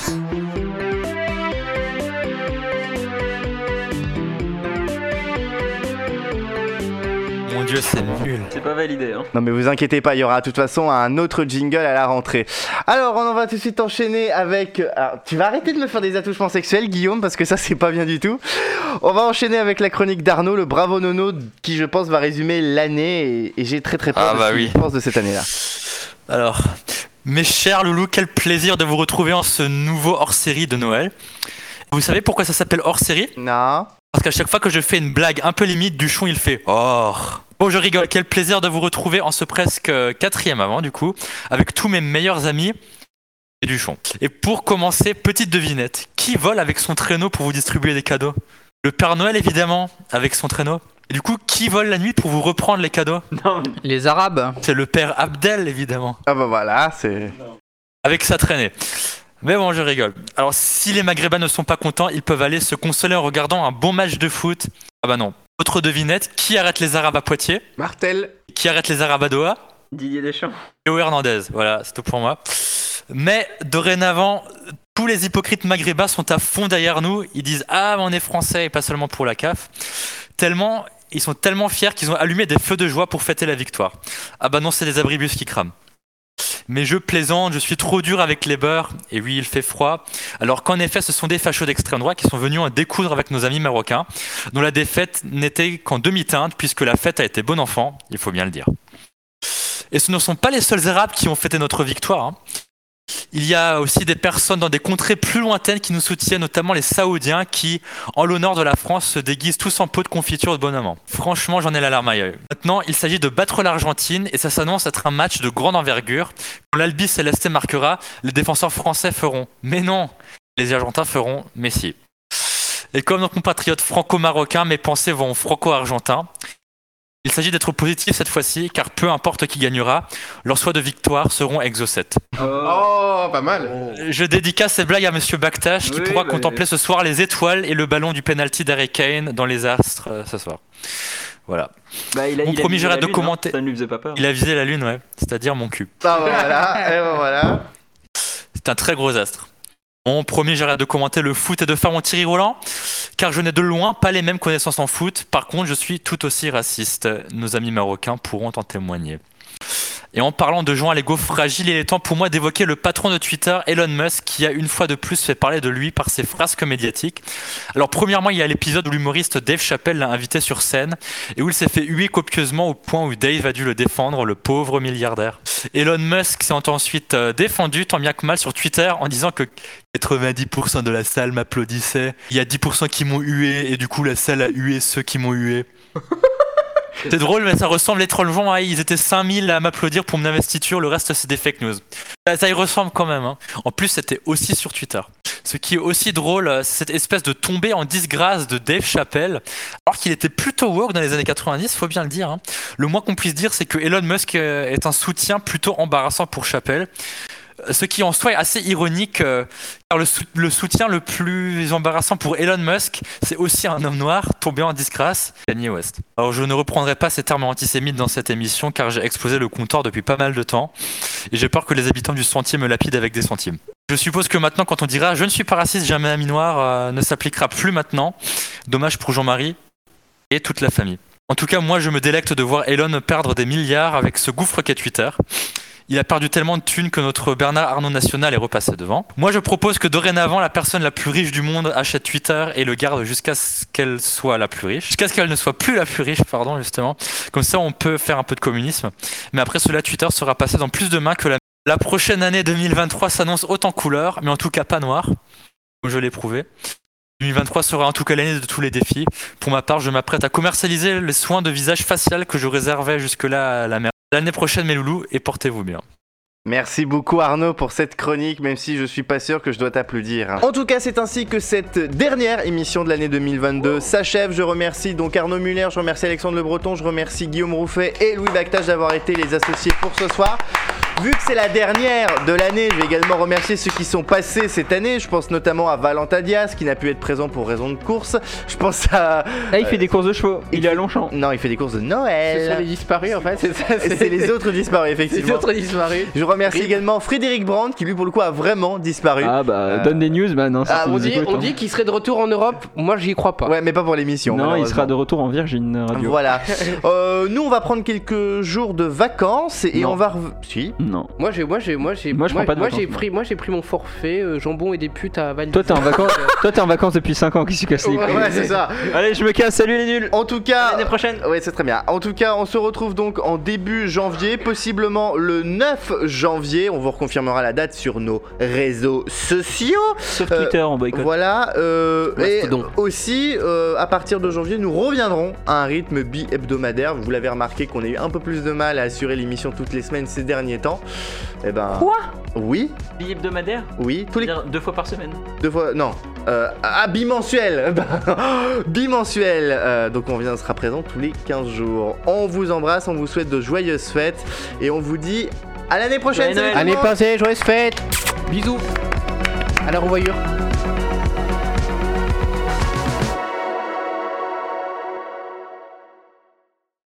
Mon dieu, c'est nul. C'est pas validé, hein. Non mais vous inquiétez pas, il y aura de toute façon un autre jingle à la rentrée. Alors on va tout de suite enchaîner avec... Alors, tu vas arrêter de me faire des attouchements sexuels Guillaume parce que ça c'est pas bien du tout. On va enchaîner avec la chronique d'Arnaud, le Bravo Nono qui je pense va résumer l'année et j'ai très peur Ah de bah ce qu'il oui. pense de cette année-là. Alors, mes chers loulous, quel plaisir de vous retrouver en ce nouveau hors-série de Noël. Vous savez pourquoi ça s'appelle hors-série ? Non. Parce qu'à chaque fois que je fais une blague un peu limite, Duchon il fait or. Bon, je rigole, quel plaisir de vous retrouver en ce presque 4e avant du coup, avec tous mes meilleurs amis et Duchon. Et pour commencer, petite devinette, qui vole avec son traîneau pour vous distribuer des cadeaux ? Le Père Noël évidemment, avec son traîneau. Et du coup, qui vole la nuit pour vous reprendre les cadeaux ? Non, Les Arabes. C'est le Père Abdel évidemment. Ah bah voilà, c'est... Avec sa traînée. Mais bon, je rigole. Alors, si les Maghrébins ne sont pas contents, ils peuvent aller se consoler en regardant un bon match de foot. Ah bah non. Autre devinette, qui arrête les Arabes à Poitiers ? Martel. Qui arrête les Arabes à Doha ? Didier Deschamps. Théo Hernandez. Voilà, c'est tout pour moi. Mais dorénavant, tous les hypocrites maghrébins sont à fond derrière nous. Ils disent « Ah, mais on est français et pas seulement pour la CAF ». Ils sont tellement fiers qu'ils ont allumé des feux de joie pour fêter la victoire. Ah bah non, c'est des abribus qui crament. Mais je plaisante, je suis trop dur avec les beurs, et oui, il fait froid. Alors qu'en effet, ce sont des fachos d'extrême droite qui sont venus en découdre avec nos amis marocains, dont la défaite n'était qu'en demi-teinte, puisque la fête a été bon enfant, il faut bien le dire. Et ce ne sont pas les seuls Arabes qui ont fêté notre victoire. Il y a aussi des personnes dans des contrées plus lointaines qui nous soutiennent, notamment les Saoudiens qui, en l'honneur de la France, se déguisent tous en pot de confiture de bonhomme. Franchement, j'en ai la larme à l'œil. Maintenant, il s'agit de battre l'Argentine et ça s'annonce être un match de grande envergure. Quand l'Albi Céleste marquera, les défenseurs français feront. Mais non, les Argentins feront Messi. Et comme nos compatriotes franco-marocains, mes pensées vont franco-argentins. Il s'agit d'être positif cette fois-ci, car peu importe qui gagnera, leurs choix de victoire seront exocètes. Oh, pas mal. Je dédicace cette blague à Monsieur Baktash, qui pourra contempler ce soir les étoiles et le ballon du penalty d'Harry Kane dans les astres ce soir. Voilà. Mon premier, j'arrête de commenter. Ça ne lui faisait pas peur. Il a visé la lune, ouais. C'est-à-dire mon cul. Voilà. C'est un très gros astre. Mon premier, j'arrête de commenter le foot et de faire mon Thierry Roland, car je n'ai de loin pas les mêmes connaissances en foot. Par contre, je suis tout aussi raciste. Nos amis marocains pourront en témoigner. Et en parlant de gens à l'ego fragile, il est temps pour moi d'évoquer le patron de Twitter, Elon Musk, qui a une fois de plus fait parler de lui par ses frasques médiatiques. Alors premièrement, il y a l'épisode où l'humoriste Dave Chappelle l'a invité sur scène et où il s'est fait huer copieusement au point où Dave a dû le défendre, le pauvre milliardaire. Elon Musk s'est ensuite défendu tant bien que mal sur Twitter en disant que 90% de la salle m'applaudissait, il y a 10% qui m'ont hué et du coup la salle a hué ceux qui m'ont hué. C'est drôle, mais ça ressemble étrangement à ils étaient 5000 à m'applaudir pour mon investiture, le reste c'est des fake news. Ça y ressemble quand même. En plus, c'était aussi sur Twitter. Ce qui est aussi drôle, c'est cette espèce de tombée en disgrâce de Dave Chappelle, alors qu'il était plutôt woke dans les années 90, faut bien le dire. Le moins qu'on puisse dire, c'est que Elon Musk est un soutien plutôt embarrassant pour Chappelle. Ce qui en soi est assez ironique, car le soutien le plus embarrassant pour Elon Musk, c'est aussi un homme noir tombé en disgrâce, Kanye West. Alors je ne reprendrai pas ces termes antisémites dans cette émission, car j'ai explosé le compteur depuis pas mal de temps, et j'ai peur que les habitants du centième me lapident avec des centimes. Je suppose que maintenant, quand on dira « je ne suis pas raciste, jamais ami noir », ne s'appliquera plus maintenant. Dommage pour Jean-Marie et toute la famille. En tout cas, moi je me délecte de voir Elon perdre des milliards avec ce gouffre qu'est Twitter. Il a perdu tellement de thunes que notre Bernard Arnault national est repassé devant. Moi, je propose que dorénavant, la personne la plus riche du monde achète Twitter et le garde jusqu'à ce qu'elle soit la plus riche. Jusqu'à ce qu'elle ne soit plus la plus riche, justement. Comme ça, on peut faire un peu de communisme. Mais après cela, Twitter sera passé dans plus de mains que la prochaine année 2023 s'annonce haute en couleurs, mais en tout cas pas noire, comme je l'ai prouvé. 2023 sera en tout cas l'année de tous les défis. Pour ma part, je m'apprête à commercialiser les soins de visage facial que je réservais jusque-là à la merde. L'année prochaine, mes loulous, et portez-vous bien. Merci beaucoup Arnaud pour cette chronique, même si je suis pas sûr que je dois t'applaudir. En tout cas, c'est ainsi que cette dernière émission de l'année 2022 s'achève. Je remercie donc Arnaud Muller, je remercie Alexandre Le Breton, je remercie Guillaume Rouffet et Louis Baktash d'avoir été les associés pour ce soir. Vu que c'est la dernière de l'année, je vais également remercier ceux qui sont passés cette année. Je pense notamment à Valentin Diaz qui n'a pu être présent pour raison de course. Je pense à... Là, il fait des courses de chevaux, il est à Longchamp. Non, il fait des courses de Noël. Ce sont les disparus en fait, c'est ça. C'est les autres disparus, effectivement. Les autres disparus. Je remercie également Frédéric Brandt qui lui pour le coup a vraiment disparu. Ah bah donne des news man. On dit qu'il serait de retour en Europe, moi j'y crois pas. Ouais, mais pas pour l'émission. Non, il sera de retour en Virgin Radio. Voilà. Nous on va prendre quelques jours de vacances et on va si. Non. Moi j'ai pris mon forfait jambon et des putes à Val. Toi t'es en vacances depuis 5 ans, qui se casse les couilles. Ouais, c'est ça. Allez, je me casse, salut les nuls. En tout cas, l'année prochaine. Ouais, c'est très bien. En tout cas, on se retrouve donc en début janvier, possiblement le 9 janvier. On vous reconfirmera la date sur nos réseaux sociaux. Sauf Twitter en boycott. Voilà. Et aussi, à partir de janvier, nous reviendrons à un rythme bi-hebdomadaire. Vous l'avez remarqué qu'on a eu un peu plus de mal à assurer l'émission toutes les semaines ces derniers temps. Eh ben. Quoi ? Oui. Bi-hebdomadaire ? Oui. Tous les... 2 fois par semaine. 2 fois. Non. Bimensuel. Bimensuel. Donc on sera présent tous les 15 jours. On vous embrasse, on vous souhaite de joyeuses fêtes et on vous dit à l'année prochaine. Année passée, joyeuses fêtes. Bisous. À la revoyure.